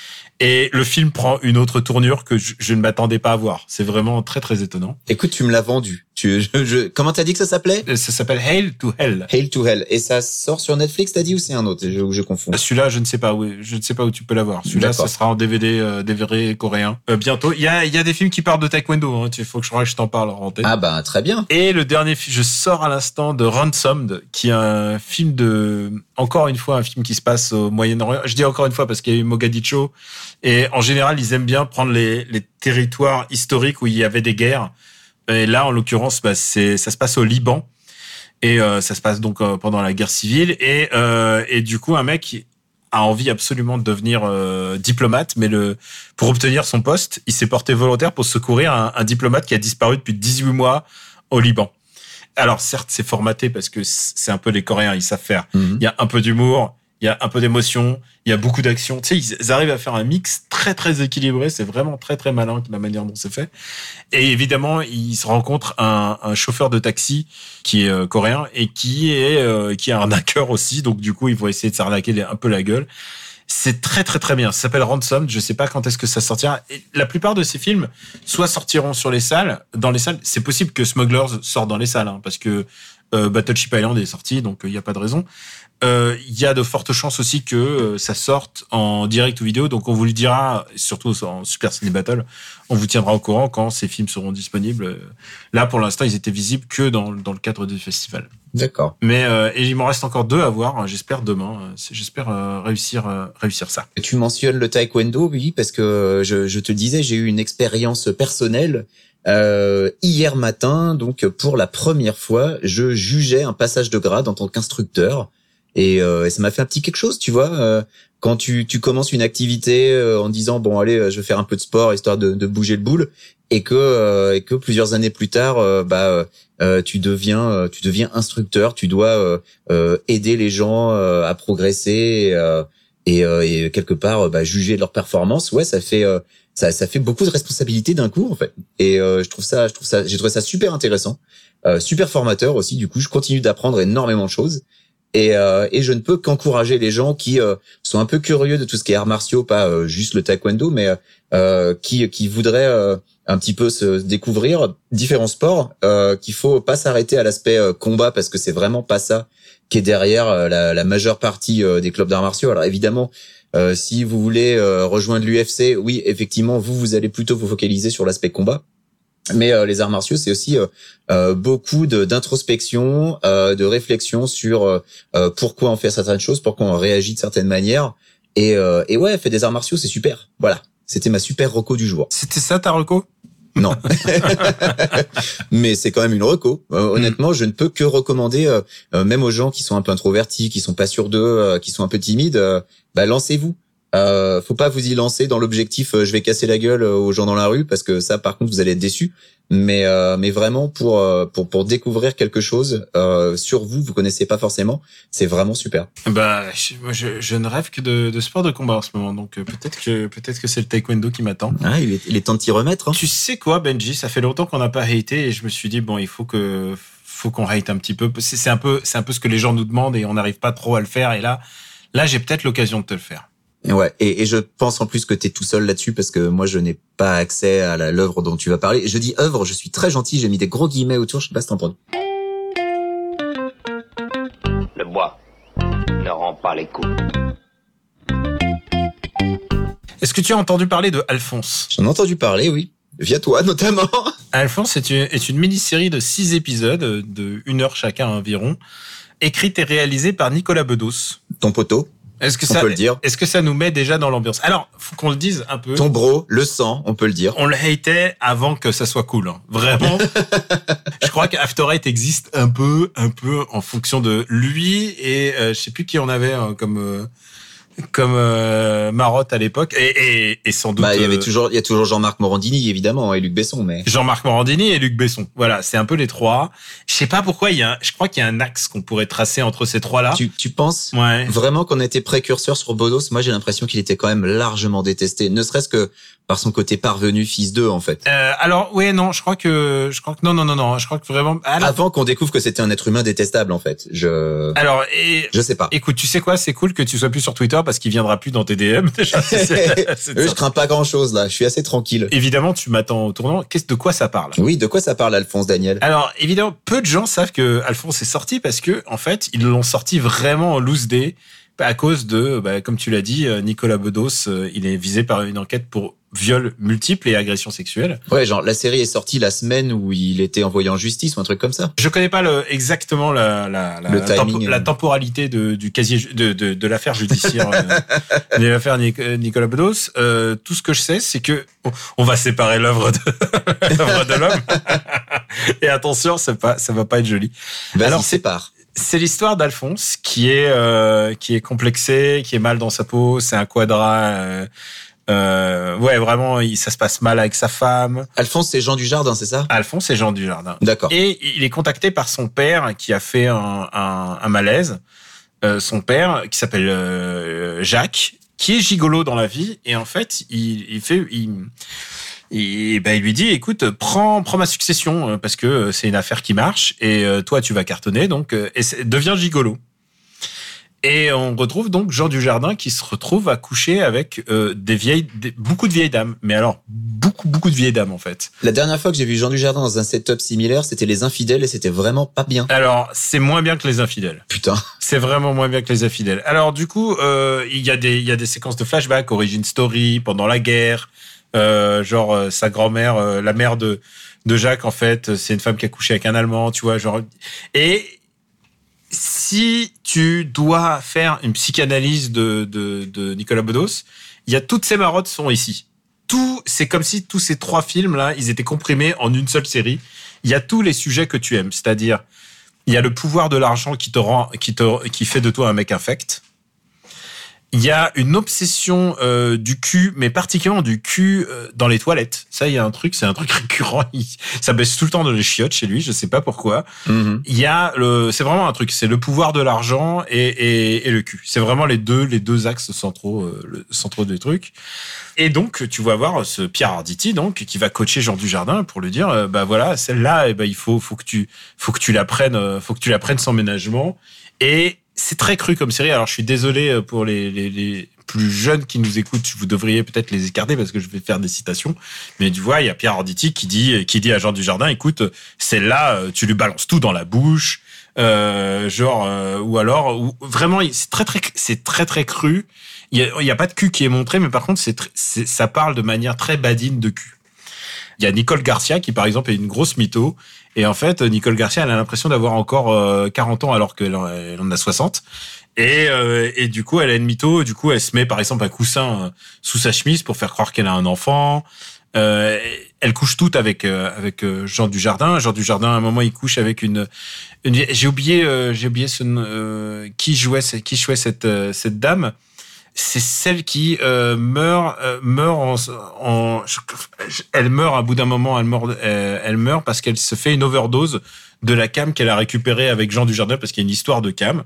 Et le film prend une autre tournure que je, je ne m'attendais pas à voir. C'est vraiment très très étonnant. Écoute, tu me l'as vendu. Tu, je, je, comment t'as dit que ça s'appelait? Ça s'appelle Hail to Hell. Hail to Hell. Et ça sort sur Netflix, t'as dit, ou c'est un autre? Je, je confonds. Celui-là, je ne sais pas où, je ne sais pas où tu peux l'avoir. Celui-là, ça sera en D V D, euh, D V D coréen. Euh, bientôt. Il y a, il y a des films qui parlent de taekwondo, hein. Il faut que je, que je t'en parle en antenne. Ah bah, très bien. Et le dernier film, je sors à l'instant de Ransomed, qui est un film de, encore une fois, un film qui se passe au Moyen-Orient. Je dis encore une fois parce qu'il y a eu Mogadiscio. Et en général, ils aiment bien prendre les, les territoires historiques où il y avait des guerres. Et là, en l'occurrence, bah, c'est, ça se passe au Liban. Et euh, ça se passe donc euh, pendant la guerre civile. Et, euh, et du coup, un mec a envie absolument de devenir euh, diplomate, mais le pour obtenir son poste, il s'est porté volontaire pour secourir un, un diplomate qui a disparu depuis dix-huit mois au Liban. Alors certes, c'est formaté parce que c'est un peu les Coréens, ils savent faire. Mm-hmm. Il y a un peu d'humour, il y a un peu d'émotion, il y a beaucoup d'action. Tu sais, ils arrivent à faire un mix très très équilibré. C'est vraiment très très malin la manière dont c'est fait. Et évidemment, ils se rencontrent un, un chauffeur de taxi qui est euh, coréen et qui est euh, qui est un hacker aussi. Donc du coup, ils vont essayer de s'arnaquer un peu la gueule. C'est très très très bien. Ça s'appelle Ransom. Je sais pas quand est-ce que ça sortira. Et la plupart de ces films, soit sortiront sur les salles, dans les salles. C'est possible que Smugglers sorte dans les salles, hein, parce que euh, Battleship Island est sorti, donc il euh, y a pas de raison. Il euh, y a de fortes chances aussi que euh, ça sorte en direct ou vidéo. Donc on vous le dira, surtout en Super Ciné Battle, on vous tiendra au courant quand ces films seront disponibles. Là, pour l'instant, ils étaient visibles que dans, dans le cadre du festival. D'accord. Mais euh, et il m'en reste encore deux à voir. J'espère demain. J'espère euh, réussir euh, réussir ça. Tu mentionnes le taekwondo, oui, parce que je, je te disais, j'ai eu une expérience personnelle. Euh, hier matin, donc pour la première fois, je jugeais un passage de grade en tant qu'instructeur. Et, euh, et ça m'a fait un petit quelque chose, tu vois. Euh, quand tu, tu commences une activité euh, en disant bon allez, je vais faire un peu de sport histoire de, de bouger le boule, et que euh, et que plusieurs années plus tard, euh, bah euh, tu deviens euh, tu deviens instructeur, tu dois euh, euh, aider les gens euh, à progresser et, euh, et, euh, et quelque part bah, juger de leur performance. Ouais, ça fait euh, ça ça fait beaucoup de responsabilités d'un coup en fait. Et euh, je trouve ça je trouve ça j'ai trouvé ça super intéressant, euh, super formateur aussi. Du coup, je continue d'apprendre énormément de choses. Et, euh, et je ne peux qu'encourager les gens qui euh, sont un peu curieux de tout ce qui est arts martiaux, pas euh, juste le taekwondo, mais euh, qui qui voudraient euh, un petit peu se découvrir différents sports, euh, qu'il faut pas s'arrêter à l'aspect euh, combat parce que c'est vraiment pas ça qui est derrière euh, la, la majeure partie euh, des clubs d'arts martiaux. Alors évidemment, euh, si vous voulez euh, rejoindre l'U F C, oui, effectivement, vous vous allez plutôt vous focaliser sur l'aspect combat. Mais euh, les arts martiaux, c'est aussi euh, euh, beaucoup de, d'introspection, euh, de réflexion sur euh, pourquoi on fait certaines choses, pourquoi on réagit de certaines manières. Et, euh, et ouais, faire des arts martiaux, c'est super. Voilà, c'était ma super reco du jour. C'était ça ta reco ? Non, mais c'est quand même une reco. Euh, honnêtement, je ne peux que recommander, euh, euh, même aux gens qui sont un peu introvertis, qui sont pas sûrs d'eux, euh, qui sont un peu timides, euh, bah lancez-vous. Euh, faut pas vous y lancer dans l'objectif euh, je vais casser la gueule aux gens dans la rue parce que ça par contre vous allez être déçus, mais euh, mais vraiment pour euh, pour pour découvrir quelque chose euh, sur vous vous connaissez pas forcément, c'est vraiment super. Bah je, moi je, je ne rêve que de, de sport de combat en ce moment, donc euh, peut-être que peut-être que c'est le taekwondo qui m'attend. Ah, il est, il est temps de t'y remettre. Hein. Tu sais quoi Benji, ça fait longtemps qu'on n'a pas haté et je me suis dit bon il faut que faut qu'on hate un petit peu. C'est, c'est un peu c'est un peu ce que les gens nous demandent et on n'arrive pas trop à le faire et là là j'ai peut-être l'occasion de te le faire. Ouais, et, et je pense en plus que t'es tout seul là-dessus parce que moi je n'ai pas accès à la, l'œuvre dont tu vas parler. Je dis œuvre, je suis très gentil, j'ai mis des gros guillemets autour, je sais pas si t'as entendu. Le bois ne rend pas les coups. Est-ce que tu as entendu parler de Alphonse ? J'en ai entendu parler, oui. Via toi notamment. Alphonse est une, est une mini-série de six épisodes de une heure chacun environ, écrite et réalisée par Nicolas Bedos. Ton poteau. Est-ce que on ça, peut le dire. Est-ce que ça nous met déjà dans l'ambiance ? Alors, faut qu'on le dise un peu. Ton bro, le sang, on peut le dire. On le hatait avant que ça soit cool. Hein. Vraiment. Je crois qu'After Eight existe un peu, un peu en fonction de lui et euh, je sais plus qui on avait hein, comme euh, comme euh, Marotte à l'époque, et, et, et sans doute. Bah, il y avait euh, toujours, il y a toujours Jean-Marc Morandini évidemment et Luc Besson, mais. Jean-Marc Morandini et Luc Besson. Voilà, c'est un peu les trois. Je sais pas pourquoi il y a, un, je crois qu'il y a un axe qu'on pourrait tracer entre ces trois-là. Tu, tu penses ouais. vraiment qu'on était précurseur sur Bedos? Moi, j'ai l'impression qu'il était quand même largement détesté, ne serait-ce que par son côté parvenu fils d'eux, en fait. Euh, alors, ouais, non, je crois que, je crois que non, non, non, non, je crois que vraiment. Alors, avant qu'on découvre que c'était un être humain détestable, en fait. Je. Alors, et. Je sais pas. Écoute, tu sais quoi, c'est cool que tu sois plus sur Twitter parce qu'il viendra plus dans tes D M. Déjà, c'est, c'est, c'est je crains pas grand-chose là. Je suis assez tranquille. Évidemment, tu m'attends au tournant. Qu'est-ce de quoi ça parle? Oui, de quoi ça parle, Alphonse Daniel? Alors, évidemment, peu de gens savent que Alphonse est sorti parce que, en fait, ils l'ont sorti vraiment en loose day à cause de, bah, comme tu l'as dit, Nicolas Bedos, il est visé par une enquête pour viol multiple et agression sexuelle. Ouais, genre la série est sortie la semaine où il était envoyé en justice ou un truc comme ça. Je connais pas le, exactement la, la, la, le la, timing, tempo, la temporalité de, du casier de, de, de l'affaire judiciaire euh, de l'affaire Nicolas Bedos. Euh, tout ce que je sais, c'est que on, on va séparer l'œuvre de l'œuvre de l'homme. Et attention, c'est pas, ça va pas être joli. Vas-y, alors sépare. C'est l'histoire d'Alphonse qui est euh, qui est complexé, qui est mal dans sa peau. C'est un quadra. Euh, Euh, ouais, vraiment, il, ça se passe mal avec sa femme. Alphonse, c'est Jean Dujardin, c'est ça? Alphonse, c'est Jean Dujardin. D'accord. Et il est contacté par son père qui a fait un, un, un malaise. Euh, son père, qui s'appelle euh, Jacques, qui est gigolo dans la vie. Et en fait, il, il fait, il, il, ben, il lui dit, écoute, prends, prends ma succession parce que c'est une affaire qui marche et toi, tu vas cartonner, donc et deviens gigolo. Et on retrouve donc Jean Dujardin qui se retrouve à coucher avec euh, des vieilles, des, beaucoup de vieilles dames. Mais alors, beaucoup, beaucoup de vieilles dames, en fait. La dernière fois que j'ai vu Jean Dujardin dans un setup similaire, c'était Les Infidèles et c'était vraiment pas bien. Alors, c'est moins bien que Les Infidèles. Putain. C'est vraiment moins bien que Les Infidèles. Alors, du coup, euh, il y a des, il y a des séquences de flashback, origin story, pendant la guerre. Euh, genre, euh, sa grand-mère, euh, la mère de, de Jacques, en fait, c'est une femme qui a couché avec un Allemand, tu vois, genre. Et, si tu dois faire une psychanalyse de, de, de Nicolas Bedos, il y a toutes ces marottes sont ici. Tout, c'est comme si tous ces trois films-là, ils étaient comprimés en une seule série. Il y a tous les sujets que tu aimes. C'est-à-dire, il y a le pouvoir de l'argent qui te rend, qui te, qui fait de toi un mec infect. Il y a une obsession euh, du cul, mais particulièrement du cul euh, dans les toilettes. Ça, il y a un truc, c'est un truc récurrent. Il, ça baisse tout le temps dans les chiottes chez lui, je sais pas pourquoi. Mm-hmm. Il y a le, c'est vraiment un truc, c'est le pouvoir de l'argent et, et, et le cul. C'est vraiment les deux, les deux axes centraux, euh, le, centraux des trucs. Et donc, tu vas voir ce Pierre Arditi, donc, qui va coacher Jean Dujardin pour lui dire, euh, bah voilà, celle-là, eh ben il faut, faut que tu, faut que tu la prennes, euh, faut que tu la prennes sans ménagement. Et c'est très cru comme série. Alors, je suis désolé pour les, les, les plus jeunes qui nous écoutent. Vous devriez peut-être les écarter parce que je vais faire des citations. Mais tu vois, il y a Pierre Arditi qui dit, qui dit à Jean Dujardin, écoute, celle-là, tu lui balances tout dans la bouche, euh, genre, euh, ou alors, ou, vraiment, c'est très, très, c'est très, très cru. Il y a, il y a pas de cul qui est montré, mais par contre, c'est, c'est, ça parle de manière très badine de cul. Il y a Nicole Garcia qui, par exemple, est une grosse mytho. Et en fait, Nicole Garcia, elle a l'impression d'avoir encore euh, quarante ans alors qu'elle en, elle en a soixante. Et, euh, et du coup, elle a une mytho. Du coup, elle se met, par exemple, un coussin sous sa chemise pour faire croire qu'elle a un enfant. Euh, elle couche toute avec euh, avec Jean Dujardin. Jean Dujardin, à un moment, il couche avec une. une j'ai oublié, euh, j'ai oublié ce euh, qui jouait, qui jouait cette euh, cette dame. C'est celle qui euh, meurt, euh, meurt en, en, elle meurt à bout d'un moment, elle meurt, elle, elle meurt parce qu'elle se fait une overdose de la cam qu'elle a récupérée avec Jean Dujardin parce qu'il y a une histoire de cam.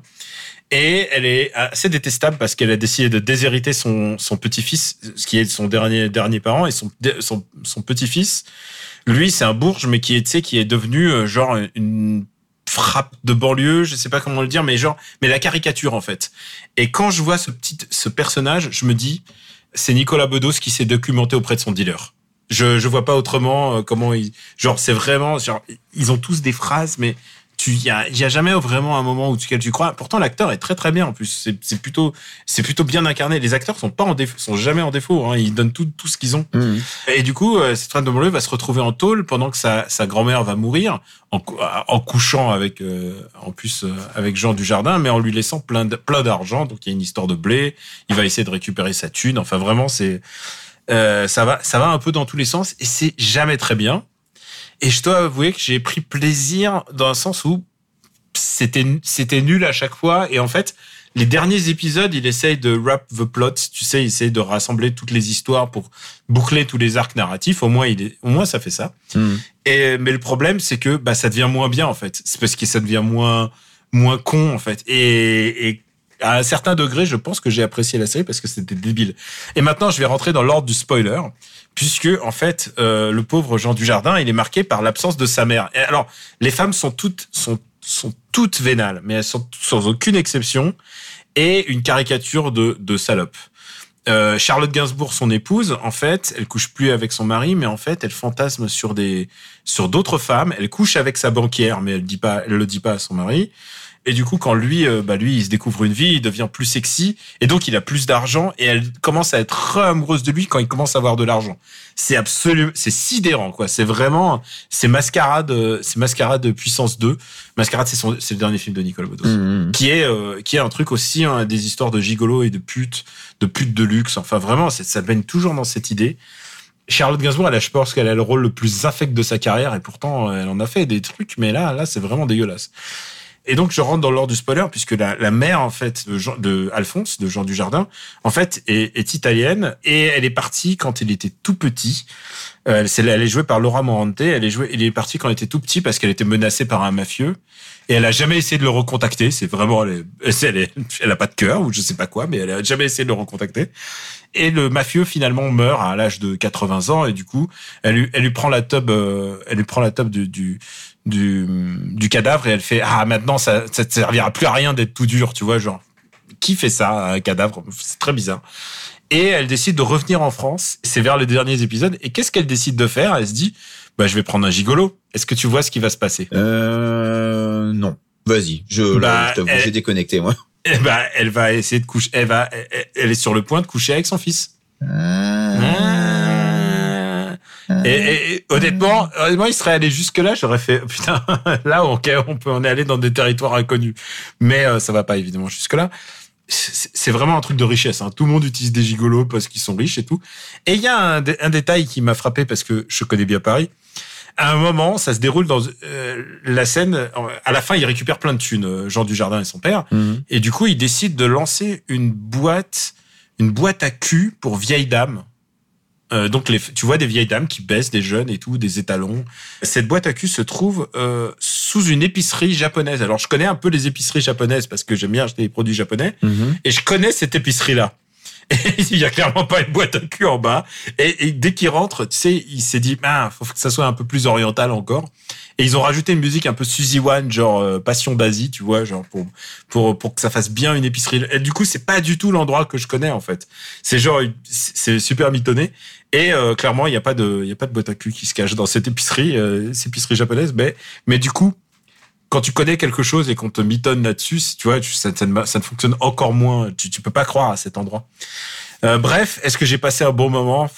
Et elle est assez détestable parce qu'elle a décidé de déshériter son, son petit-fils, ce qui est son dernier, dernier parent, et son, son, son petit-fils. Lui, c'est un bourge, mais qui est, tu sais, qui est devenu genre une frappe de banlieue, je sais pas comment le dire, mais genre, mais la caricature, en fait. Et quand je vois ce petit, ce personnage, je me dis, c'est Nicolas Bedos qui s'est documenté auprès de son dealer. Je, je vois pas autrement comment il, genre, c'est vraiment, genre, ils ont tous des phrases, mais tu, il y a, y a jamais vraiment un moment où tu, tu crois. Pourtant, l'acteur est très très bien, en plus. C'est, c'est plutôt, c'est plutôt bien incarné. Les acteurs sont pas en défaut, sont jamais en défaut, hein. Ils donnent tout, tout ce qu'ils ont. Mmh. Et du coup, cette femme de banlieue va se retrouver en tôle pendant que sa, sa grand-mère va mourir en, en couchant avec, euh, en plus, euh, avec Jean Dujardin, mais en lui laissant plein de, plein d'argent. Donc, il y a une histoire de blé. Il va essayer de récupérer sa thune. Enfin, vraiment, c'est, euh, ça va, ça va un peu dans tous les sens et c'est jamais très bien. Et je dois avouer que j'ai pris plaisir dans un sens où c'était, c'était nul à chaque fois. Et en fait, les derniers épisodes, il essaye de wrap the plot, tu sais, il essaye de rassembler toutes les histoires pour boucler tous les arcs narratifs. Au moins, il est, au moins, ça fait ça. Mm. Et mais le problème, c'est que bah ça devient moins bien en fait. C'est parce que ça devient moins moins con en fait. Et, et à un certain degré, je pense que j'ai apprécié la série parce que c'était débile. Et maintenant, je vais rentrer dans l'ordre du spoiler, puisque en fait, euh, le pauvre Jean Dujardin, il est marqué par l'absence de sa mère. Et alors, les femmes sont toutes sont sont toutes vénales, mais elles sont sans aucune exception, et une caricature de de salope. Euh, Charlotte Gainsbourg, son épouse, en fait, elle couche plus avec son mari, mais en fait, elle fantasme sur des sur d'autres femmes. Elle couche avec sa banquière, mais elle dit pas, elle le dit pas à son mari. Et du coup, quand lui, euh, bah lui, il se découvre une vie, il devient plus sexy, et donc il a plus d'argent, et elle commence à être amoureuse de lui quand il commence à avoir de l'argent. C'est absolument, c'est sidérant, quoi. C'est vraiment, c'est Mascarade, c'est Mascarade puissance deux. Mascarade, c'est son, c'est le dernier film de Nicolas Bedos, mmh. qui est, euh, qui est un truc aussi, hein, des histoires de gigolo et de putes, de putes de luxe. Enfin, vraiment, c'est, ça baigne toujours dans cette idée. Charlotte Gainsbourg, elle a, je pense qu'elle a le rôle le plus infect de sa carrière, et pourtant, elle en a fait des trucs, mais là, là, c'est vraiment dégueulasse. Et donc, je rentre dans l'ordre du spoiler, puisque la, la mère, en fait, de, Jean, de Alphonse, de Jean Dujardin, en fait, est, est italienne, et elle est partie quand il était tout petit. Euh, elle, elle est jouée par Laura Morante. Elle est jouée, elle est partie quand elle était tout petit parce qu'elle était menacée par un mafieux. Et elle a jamais essayé de le recontacter. C'est vraiment, elle, est, elle, est, elle a pas de cœur ou je sais pas quoi, mais elle a jamais essayé de le recontacter. Et le mafieux finalement meurt à l'âge de quatre-vingts ans, et du coup, elle lui, elle lui prend la tub, euh, elle lui prend la tub du, du du du cadavre, et elle fait ah maintenant ça ça te servira plus à rien d'être tout dur, tu vois, genre qui fait ça un cadavre, c'est très bizarre. Et elle décide de revenir en France, c'est vers les derniers épisodes, et qu'est-ce qu'elle décide de faire? Elle se dit bah je vais prendre un gigolo. Est-ce que tu vois ce qui va se passer? Euh non. Vas-y, je bah, là, je t'avoue, elle, j'ai déconnecté moi. Eh ben elle va essayer de coucher, elle va elle, elle est sur le point de coucher avec son fils. Ah. Ah. Et, et, et honnêtement, honnêtement, il serait allé jusque là, j'aurais fait putain, là ok, on peut on est allé dans des territoires inconnus. Mais euh, ça va pas évidemment jusque là. C'est, c'est vraiment un truc de richesse, hein. Tout le monde utilise des gigolos parce qu'ils sont riches et tout. Et il y a un, un détail qui m'a frappé parce que je connais bien Paris. À un moment, ça se déroule dans euh, la scène. À la fin, il récupère plein de thunes, Jean Dujardin et son père. Mmh. Et du coup, il décide de lancer une boîte, une boîte à cul pour vieilles dames. Euh, donc, les, tu vois des vieilles dames qui baissent des jeunes et tout, des étalons. Cette boîte à cul se trouve euh, sous une épicerie japonaise. Alors, je connais un peu les épiceries japonaises parce que j'aime bien acheter des produits japonais. Mmh. Et je connais cette épicerie-là. Et il y a clairement pas une boîte à cul en bas. Et, et dès qu'il rentre, tu sais, il s'est dit, ah, faut que ça soit un peu plus oriental encore. Et ils ont rajouté une musique un peu Suzy One, genre euh, Passion d'Asie, tu vois, genre pour pour pour que ça fasse bien une épicerie. Et du coup, c'est pas du tout l'endroit que je connais en fait. C'est genre, c'est super mitonné. Et euh, clairement, il y a pas de il y a pas de boîte à cul qui se cache dans cette épicerie, euh, cette épicerie japonaise. Mais mais du coup, quand tu connais quelque chose et qu'on te mitonne là-dessus, tu vois, tu, ça, ça, ne, ça ne fonctionne encore moins. Tu, tu peux pas croire à cet endroit. Euh, bref, est-ce que j'ai passé un bon moment?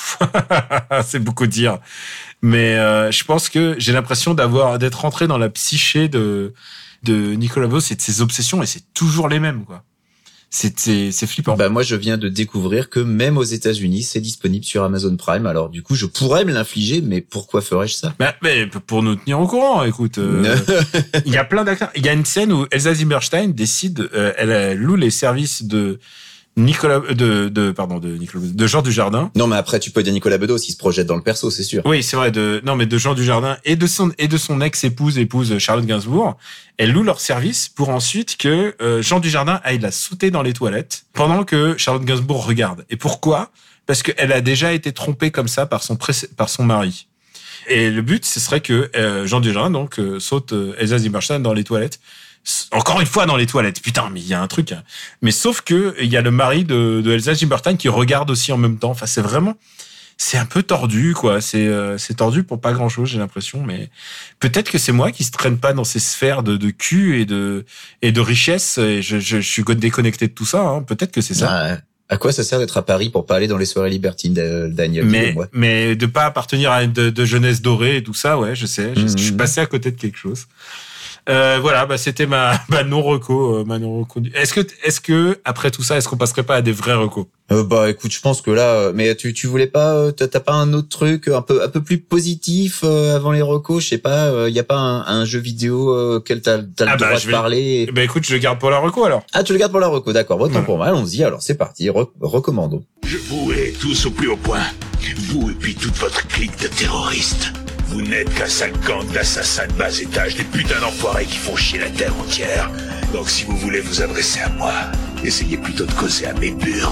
C'est beaucoup dire. Mais euh, je pense que j'ai l'impression d'avoir d'être rentré dans la psyché de de Nicolas Bedos et de ses obsessions, et c'est toujours les mêmes, quoi. C'est c'est, c'est flippant. Bah moi je viens de découvrir que même aux États-Unis c'est disponible sur Amazon Prime. Alors du coup je pourrais me l'infliger, mais pourquoi ferais-je ça? Bah, mais pour nous tenir au courant, écoute. Euh, il y a plein d'acteurs. Il y a une scène où Elsa Zimmerstein décide, euh, elle, elle loue les services de Nicolas de de pardon de Nicolas de Jean Dujardin. Non mais après tu peux dire Nicolas Bedos, il se projette dans le perso, c'est sûr. Oui, c'est vrai, de non mais de Jean Dujardin et de son et de son ex-épouse épouse Charlotte Gainsbourg. Elle loue leur service pour ensuite que euh, Jean Dujardin aille la sauter dans les toilettes pendant que Charlotte Gainsbourg regarde. Et pourquoi? Parce qu'elle a déjà été trompée comme ça par son pré- par son mari. Et le but, ce serait que euh, Jean Dujardin donc euh, saute euh, Elsa Zimmerstein dans les toilettes. Encore une fois dans les toilettes. Putain, mais il y a un truc. Hein. Mais sauf que il y a le mari de, de Elsa Zimmerstein qui regarde aussi en même temps. Enfin, c'est vraiment, c'est un peu tordu, quoi. C'est, euh, c'est tordu pour pas grand chose, j'ai l'impression. Mais peut-être que c'est moi qui se traîne pas dans ces sphères de, de cul et de, et de richesse. Et je, je, je suis déconnecté de tout ça. Hein. Peut-être que c'est ça. Ah, à quoi ça sert d'être à Paris pour pas aller dans les soirées libertines, Daniel? Mais, mais de pas appartenir à une de, de jeunesse dorée et tout ça, ouais, je sais. Je, mmh. je suis passé à côté de quelque chose. Euh, voilà, bah c'était ma, ma non reco, euh, ma non reco. Est-ce que, est-ce que après tout ça, est-ce qu'on passerait pas à des vrais recos? Euh, bah écoute, je pense que là, euh, mais tu tu voulais pas, euh, t'as, t'as pas un autre truc un peu un peu plus positif euh, avant les recos, je sais pas, il euh, y a pas un, un jeu vidéo euh, auquel t'as t'as le Ah droit bah, de je vais- parler. Bah écoute, je le garde pour la reco alors. Ah, tu le gardes pour la reco, d'accord. Autant Voilà. pour moi. Allons-y. Alors c'est parti. Re- recommandons. Je vous hais tous au plus haut point. Vous et puis toute votre clique de terroristes. Vous n'êtes qu'un sale gang d'assassins de bas étage, des putains d'enfoirés qui font chier la terre entière. Donc si vous voulez vous adresser à moi, essayez plutôt de causer à mes burnes.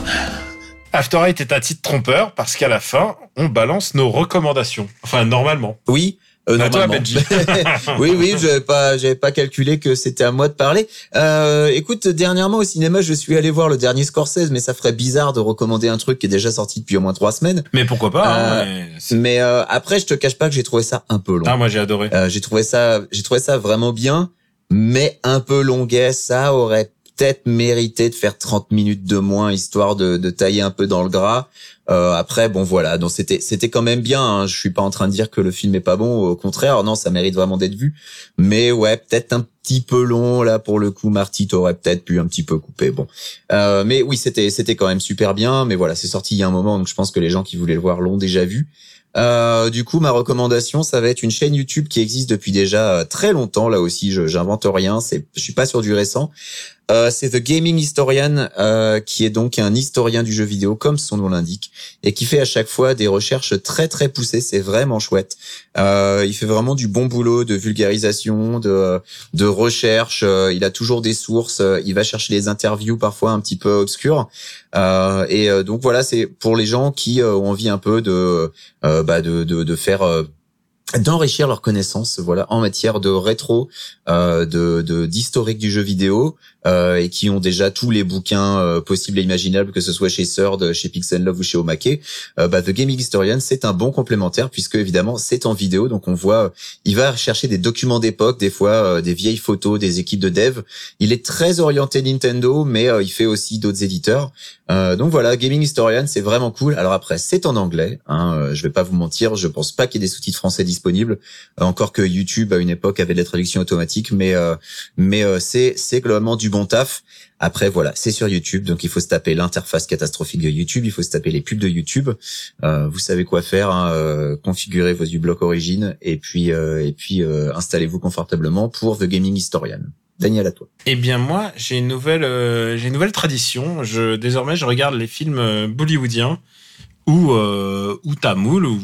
After Eight est un titre trompeur parce qu'à la fin, on balance nos recommandations. Enfin, normalement. Oui. Euh, À toi, normalement. Benji. oui, oui, j'avais pas, j'avais pas calculé que c'était à moi de parler. Euh, écoute, dernièrement au cinéma, je suis allé voir le dernier Scorsese, mais ça ferait bizarre de recommander un truc qui est déjà sorti depuis au moins trois semaines. Mais pourquoi pas, hein, Euh, mais c'est- Mais euh, après, je te cache pas que j'ai trouvé ça un peu long. Ah, moi j'ai adoré. Euh, j'ai trouvé ça, j'ai trouvé ça vraiment bien, mais un peu longuet. Ça aurait peut-être mérité de faire trente minutes de moins, histoire de, de tailler un peu dans le gras. Euh, après, bon voilà, donc c'était c'était quand même bien. Hein. Je suis pas en train de dire que le film est pas bon, au contraire, non, ça mérite vraiment d'être vu. Mais ouais, peut-être un petit peu long là pour le coup. Marty, t'aurais peut-être pu un petit peu couper. Bon, euh, mais oui, c'était c'était quand même super bien. Mais voilà, c'est sorti il y a un moment, donc je pense que les gens qui voulaient le voir l'ont déjà vu. Euh, du coup, ma recommandation, ça va être une chaîne YouTube qui existe depuis déjà très longtemps. Là aussi, je j'invente rien. C'est, je suis pas sur du récent. Euh, c'est The Gaming Historian, euh, qui est donc un historien du jeu vidéo, comme son nom l'indique, et qui fait à chaque fois des recherches très très poussées. C'est vraiment chouette. Euh, il fait vraiment du bon boulot de vulgarisation, de de recherche. Euh, il a toujours des sources. Euh, il va chercher des interviews parfois un petit peu obscures. Euh, et euh, donc voilà, c'est pour les gens qui euh, ont envie un peu de euh, bah de de, de faire euh, d'enrichir leurs connaissances, voilà, en matière de rétro, euh, de de d'historique du jeu vidéo, euh, et qui ont déjà tous les bouquins euh, possibles et imaginables, que ce soit chez Third, chez Pixel Love ou chez Omake. Euh, bah, The Gaming Historian, c'est un bon complémentaire puisque évidemment c'est en vidéo, donc on voit, il va chercher des documents d'époque, des fois euh, des vieilles photos des équipes de dev. Il est très orienté Nintendo, mais euh, il fait aussi d'autres éditeurs. Euh, donc voilà, Gaming Historian, c'est vraiment cool. Alors après, c'est en anglais, hein, euh, je vais pas vous mentir, je pense pas qu'il y ait des sous-titres français disponibles, euh, encore que YouTube à une époque avait des traductions automatiques, mais euh, mais euh, c'est c'est globalement du bon taf. Après voilà, c'est sur YouTube, donc il faut se taper l'interface catastrophique de YouTube, il faut se taper les pubs de YouTube. Euh, vous savez quoi faire, hein, euh, configurez vos uBlock Origin et puis euh, et puis euh, installez-vous confortablement pour The Gaming Historian. Daniel, à toi. Eh bien moi, j'ai une nouvelle, euh, j'ai une nouvelle tradition. Je désormais, je regarde les films euh, bollywoodiens ou euh, ou tamoul ou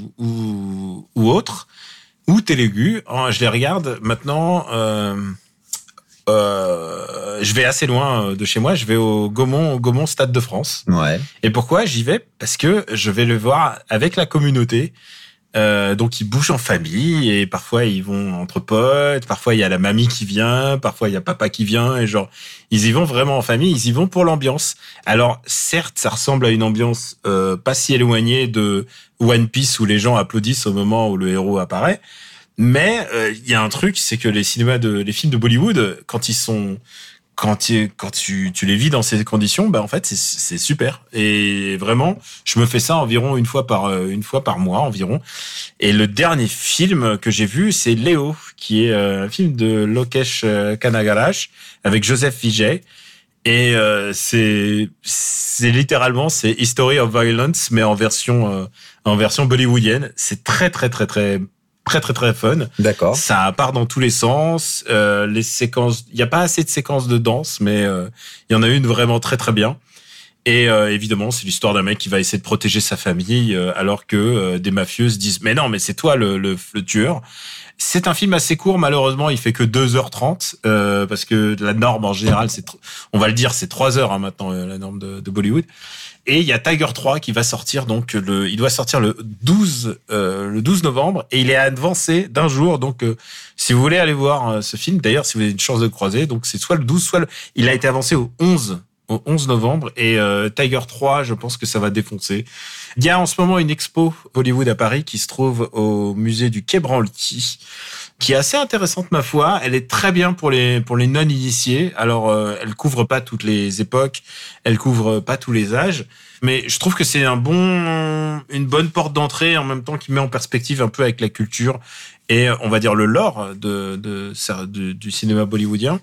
ou, ou autres ou télégu. Oh, je les regarde maintenant. Euh, euh, je vais assez loin de chez moi. Je vais au Gaumont, au Gaumont Stade de France. Ouais. Et pourquoi j'y vais? Parce que je vais le voir avec la communauté. Euh, donc ils bougent en famille et parfois ils vont entre potes, parfois il y a la mamie qui vient, parfois il y a papa qui vient et genre ils y vont vraiment en famille, ils y vont pour l'ambiance. Alors certes ça ressemble à une ambiance euh, pas si éloignée de One Piece où les gens applaudissent au moment où le héros apparaît, mais il euh, y a un truc, c'est que les cinémas de les films de Bollywood quand ils sont Quand, tu, quand tu, tu les vis dans ces conditions, bah en fait c'est, c'est super. Et vraiment, je me fais ça environ une fois par une fois par mois environ. Et le dernier film que j'ai vu, c'est Léo, qui est un film de Lokesh Kanagaraj avec Joseph Vijay. Et euh, c'est c'est littéralement c'est History of Violence, mais en version euh, en version bollywoodienne. C'est très très très très très très très fun. D'accord. Ça part dans tous les sens. Euh, les séquences, il y a pas assez de séquences de danse, mais euh, il y en a une vraiment très très bien. Et euh, évidemment, c'est l'histoire d'un mec qui va essayer de protéger sa famille euh, alors que euh, des mafieux se disent mais non, mais c'est toi le, le, le tueur. C'est un film assez court, malheureusement, il fait que deux heures trente euh, parce que la norme en général, c'est on va le dire, c'est trois heures hein, maintenant euh, la norme de, de Bollywood. Et il y a Tiger trois qui va sortir, donc le, il doit sortir le douze, euh, le douze novembre, et il est avancé d'un jour. Donc, euh, si vous voulez aller voir euh, ce film, d'ailleurs, si vous avez une chance de croiser, donc c'est soit le douze, soit le, il a été avancé au onze, au onze novembre, et euh, Tiger trois, je pense que ça va défoncer. Il y a en ce moment une expo Hollywood à Paris qui se trouve au musée du Quai Branly. qui est assez intéressante ma foi. Elle est très bien pour les pour les non-initiés. Alors, euh, elle couvre pas toutes les époques, elle couvre pas tous les âges, mais je trouve que c'est un bon, une bonne porte d'entrée en même temps qui met en perspective un peu avec la culture et on va dire le lore de de, de du cinéma bollywoodien.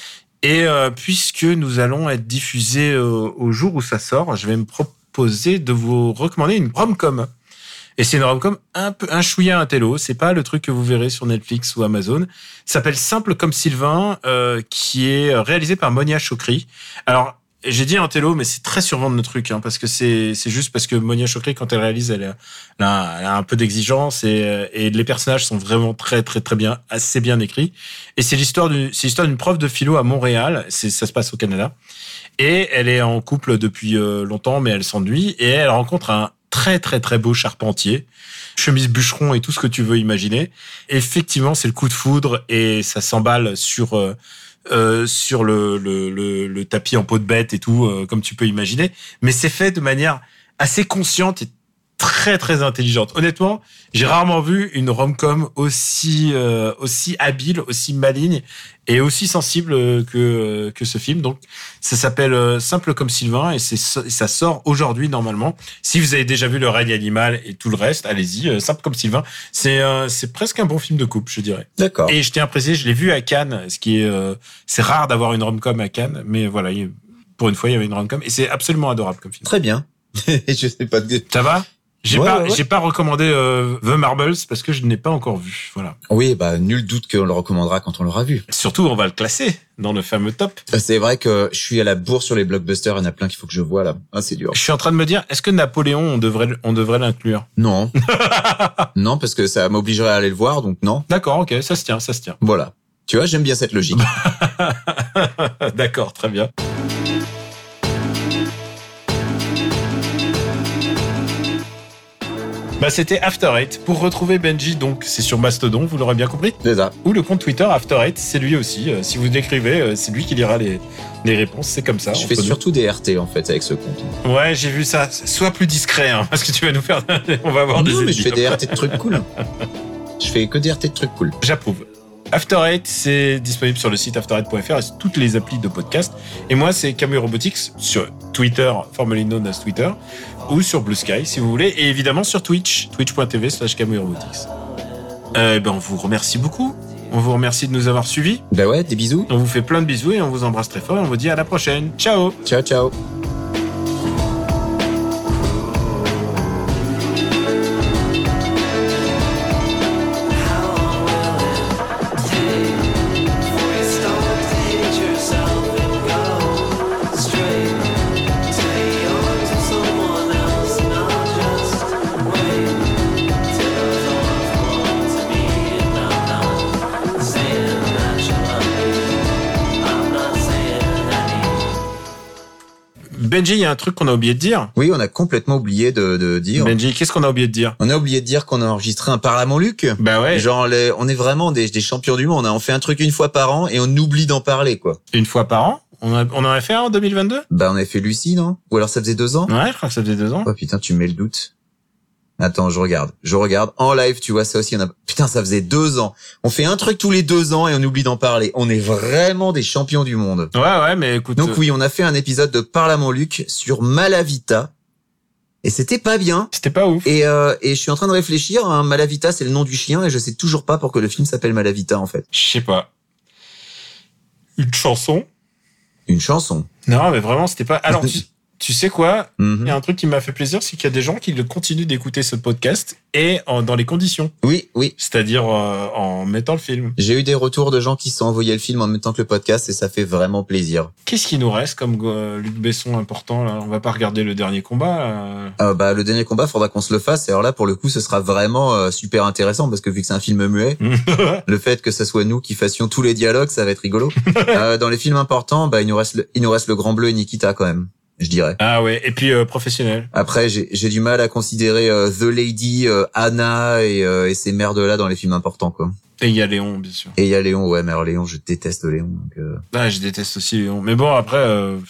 Et euh, puisque nous allons être diffusés euh, au jour où ça sort, je vais me proposer de vous recommander une rom-com. Et c'est une rom-com un peu un chouïa intello. C'est pas le truc que vous verrez sur Netflix ou Amazon. Ça s'appelle Simple comme Sylvain, euh, qui est réalisé par Monia Chokri. Alors, j'ai dit intello, mais c'est très survendre le truc, hein, parce que c'est c'est juste parce que Monia Chokri, quand elle réalise, elle a, elle a, elle a un peu d'exigence et, et les personnages sont vraiment très très très bien, assez bien écrits. Et c'est l'histoire du, c'est l'histoire d'une prof de philo à Montréal. C'est ça se passe au Canada. Et elle est en couple depuis euh, longtemps, mais elle s'ennuie et elle rencontre un très très très beau charpentier, chemise bûcheron et tout ce que tu veux imaginer. Effectivement, c'est le coup de foudre et ça s'emballe sur euh, euh, sur le, le le le tapis en peau de bête et tout, euh, comme tu peux imaginer. Mais c'est fait de manière assez consciente et très très intelligente. Honnêtement, j'ai rarement vu une rom-com aussi euh, aussi habile, aussi maligne et aussi sensible que que ce film. Donc ça s'appelle euh, Simple comme Sylvain et c'est ça sort aujourd'hui normalement. Si vous avez déjà vu Le règne animal et tout le reste, allez-y. euh, Simple comme Sylvain, c'est euh, c'est presque un bon film de couple, je dirais. D'accord. Et je tiens à préciser, je l'ai vu à Cannes, ce qui est euh, c'est rare d'avoir une rom-com à Cannes, mais voilà, il, pour une fois il y avait une rom-com et c'est absolument adorable comme film. Très bien. Je sais pas de... Ça va? J'ai ouais, pas, ouais, ouais. j'ai pas recommandé euh, The Marbles parce que je n'ai pas encore vu. Voilà. Oui, bah nul doute qu'on le recommandera quand on l'aura vu. Surtout, on va le classer dans le fameux top. C'est vrai que je suis à la bourre sur les blockbusters, il y en a plein qu'il faut que je vois là. Ah, c'est dur. Je suis en train de me dire, est-ce que Napoléon, on devrait, on devrait l'inclure? Non. Non, parce que ça m'obligerait à aller le voir, donc non. D'accord, ok, ça se tient, ça se tient. Voilà. Tu vois, j'aime bien cette logique. D'accord, très bien. Bah, c'était After Eight. Pour retrouver Benji, donc, c'est sur Mastodon, vous l'aurez bien compris. C'est ça. Ou le compte Twitter After Eight, c'est lui aussi. Euh, si vous l'écrivez, euh, c'est lui qui lira les, les réponses. C'est comme ça. Je fais surtout des R T, en fait, avec ce compte. Ouais, j'ai vu ça. Sois plus discret, hein, parce que tu vas nous faire, on va avoir des Non, mais je ennemis. fais des R T de trucs cool. Je fais que des R T de trucs cool. J'approuve. After Eight, c'est disponible sur le site after eight point f r et sur toutes les applis de podcast. Et moi, c'est Camus Robotics sur Twitter, formerly known as Twitter, ou sur Blue Sky, si vous voulez. Et évidemment sur Twitch, twitch point t v slash Camus Robotics. Euh, ben, on vous remercie beaucoup. On vous remercie de nous avoir suivis. Bah ouais, des bisous. On vous fait plein de bisous et on vous embrasse très fort. Et on vous dit à la prochaine. Ciao. Ciao, ciao. Benji, il y a un truc qu'on a oublié de dire. Oui, on a complètement oublié de, de dire. Benji, qu'est-ce qu'on a oublié de dire? On a oublié de dire qu'on a enregistré un Parle à mon Luc. Bah ouais. Genre, les, on est vraiment des, des champions du monde. On fait un truc une fois par an et on oublie d'en parler, quoi. Une fois par an? On, a, on en a fait un en deux mille vingt-deux? Bah, on avait fait Lucie, non? Ou alors ça faisait deux ans? Ouais, je crois que ça faisait deux ans. Oh putain, tu me mets le doute. Attends, je regarde. Je regarde. En live, tu vois, ça aussi, on a... Putain, ça faisait deux ans. On fait un truc tous les deux ans et on oublie d'en parler. On est vraiment des champions du monde. Ouais, ouais, mais écoute. Donc oui, on a fait un épisode de Parle à mon Luc sur Malavita. Et c'était pas bien. C'était pas ouf. Et, euh, et je suis en train de réfléchir. Hein, Malavita, c'est le nom du chien et je sais toujours pas pourquoi le film s'appelle Malavita, en fait. Je sais pas. Une chanson? Une chanson. Non, mais vraiment, c'était pas... Alors, tu, tu sais quoi? Il Mm-hmm. y a un truc qui m'a fait plaisir, c'est qu'il y a des gens qui le continuent d'écouter ce podcast et en, dans les conditions. Oui, oui. C'est-à-dire euh, en mettant le film. J'ai eu des retours de gens qui se sont envoyés le film en même temps que le podcast et ça fait vraiment plaisir. Qu'est-ce qui nous reste comme euh, Luc Besson important là? On va pas regarder le dernier combat là. Euh, bah le dernier combat, faudra qu'on se le fasse. Et alors là, pour le coup, ce sera vraiment euh, super intéressant parce que vu que c'est un film muet, le fait que ça soit nous qui fassions tous les dialogues, ça va être rigolo. euh, dans les films importants, bah il nous reste le, il nous reste le Grand Bleu et Nikita quand même, je dirais. Ah ouais. Et puis euh, professionnel. Après, j'ai j'ai du mal à considérer euh, The Lady, euh, Anna et, euh, et ces merdes là dans les films importants, quoi. Et il y a Léon, bien sûr. Et il y a Léon, ouais, mais alors Léon, je déteste Léon. Donc, euh... Ah, je déteste aussi Léon. Mais bon, après, euh,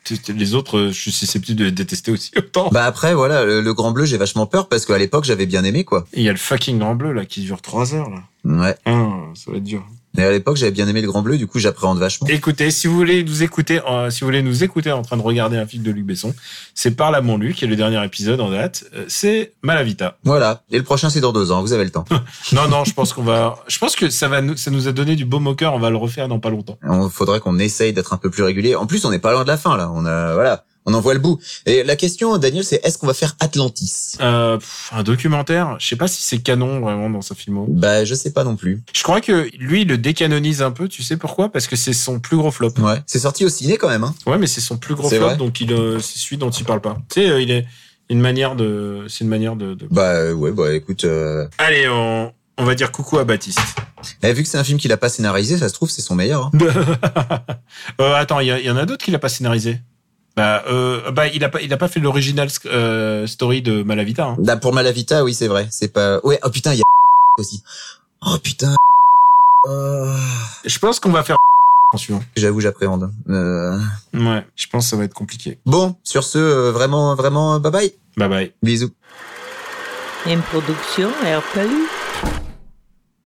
les autres, je suis susceptible de les détester aussi autant. Bah après, voilà, le, le Grand Bleu, j'ai vachement peur parce qu'à l'époque, j'avais bien aimé, quoi. Et il y a le fucking Grand Bleu, là, qui dure trois heures, là. Ouais. Ah, ça va être dur. Mais à l'époque, j'avais bien aimé le Grand Bleu, du coup, j'appréhende vachement. Écoutez, si vous voulez nous écouter, euh, si vous voulez nous écouter en train de regarder un film de Luc Besson, c'est Parle à mon Luc, qui est le dernier épisode en date. Euh, c'est Malavita. Voilà. Et le prochain, c'est dans deux ans. Vous avez le temps. non, non, je pense qu'on va, je pense que ça va nous, ça nous a donné du baume au cœur. On va le refaire dans pas longtemps. Il faudrait qu'on essaye d'être un peu plus régulier. En plus, on n'est pas loin de la fin, là. On a, voilà. On en voit le bout. Et la question, Daniel, c'est est-ce qu'on va faire Atlantis? Euh, pff, un documentaire. Je sais pas si c'est canon vraiment dans sa filmo. Bah, je sais pas non plus. Je crois que lui, il le décanonise un peu. Tu sais pourquoi? Parce que c'est son plus gros flop. Ouais. C'est sorti au ciné quand même, hein. Ouais, mais c'est son plus gros C'est flop, vrai. donc il, euh, c'est celui dont il parle pas. Tu sais, euh, il est une manière de, c'est une manière de. de... Bah euh, ouais, bah écoute. Euh... Allez, on, on va dire coucou à Baptiste. Eh, vu que c'est un film qu'il a pas scénarisé, ça se trouve c'est son meilleur. Hein. euh, attends, il y, y en a d'autres qu'il a pas scénarisé. Bah, euh, bah, il a pas, il a pas fait l'original euh, story de Malavita. Hein. Bah, pour Malavita, oui, c'est vrai. C'est pas. Ouais. Oh putain, il y a aussi. Oh putain. Oh... Je pense qu'on va faire. Attention. J'avoue, j'appréhende. Euh... Ouais, je pense que ça va être compliqué. Bon, sur ce, euh, vraiment, vraiment, bye bye. Bye bye. Bisous. Une production R P U.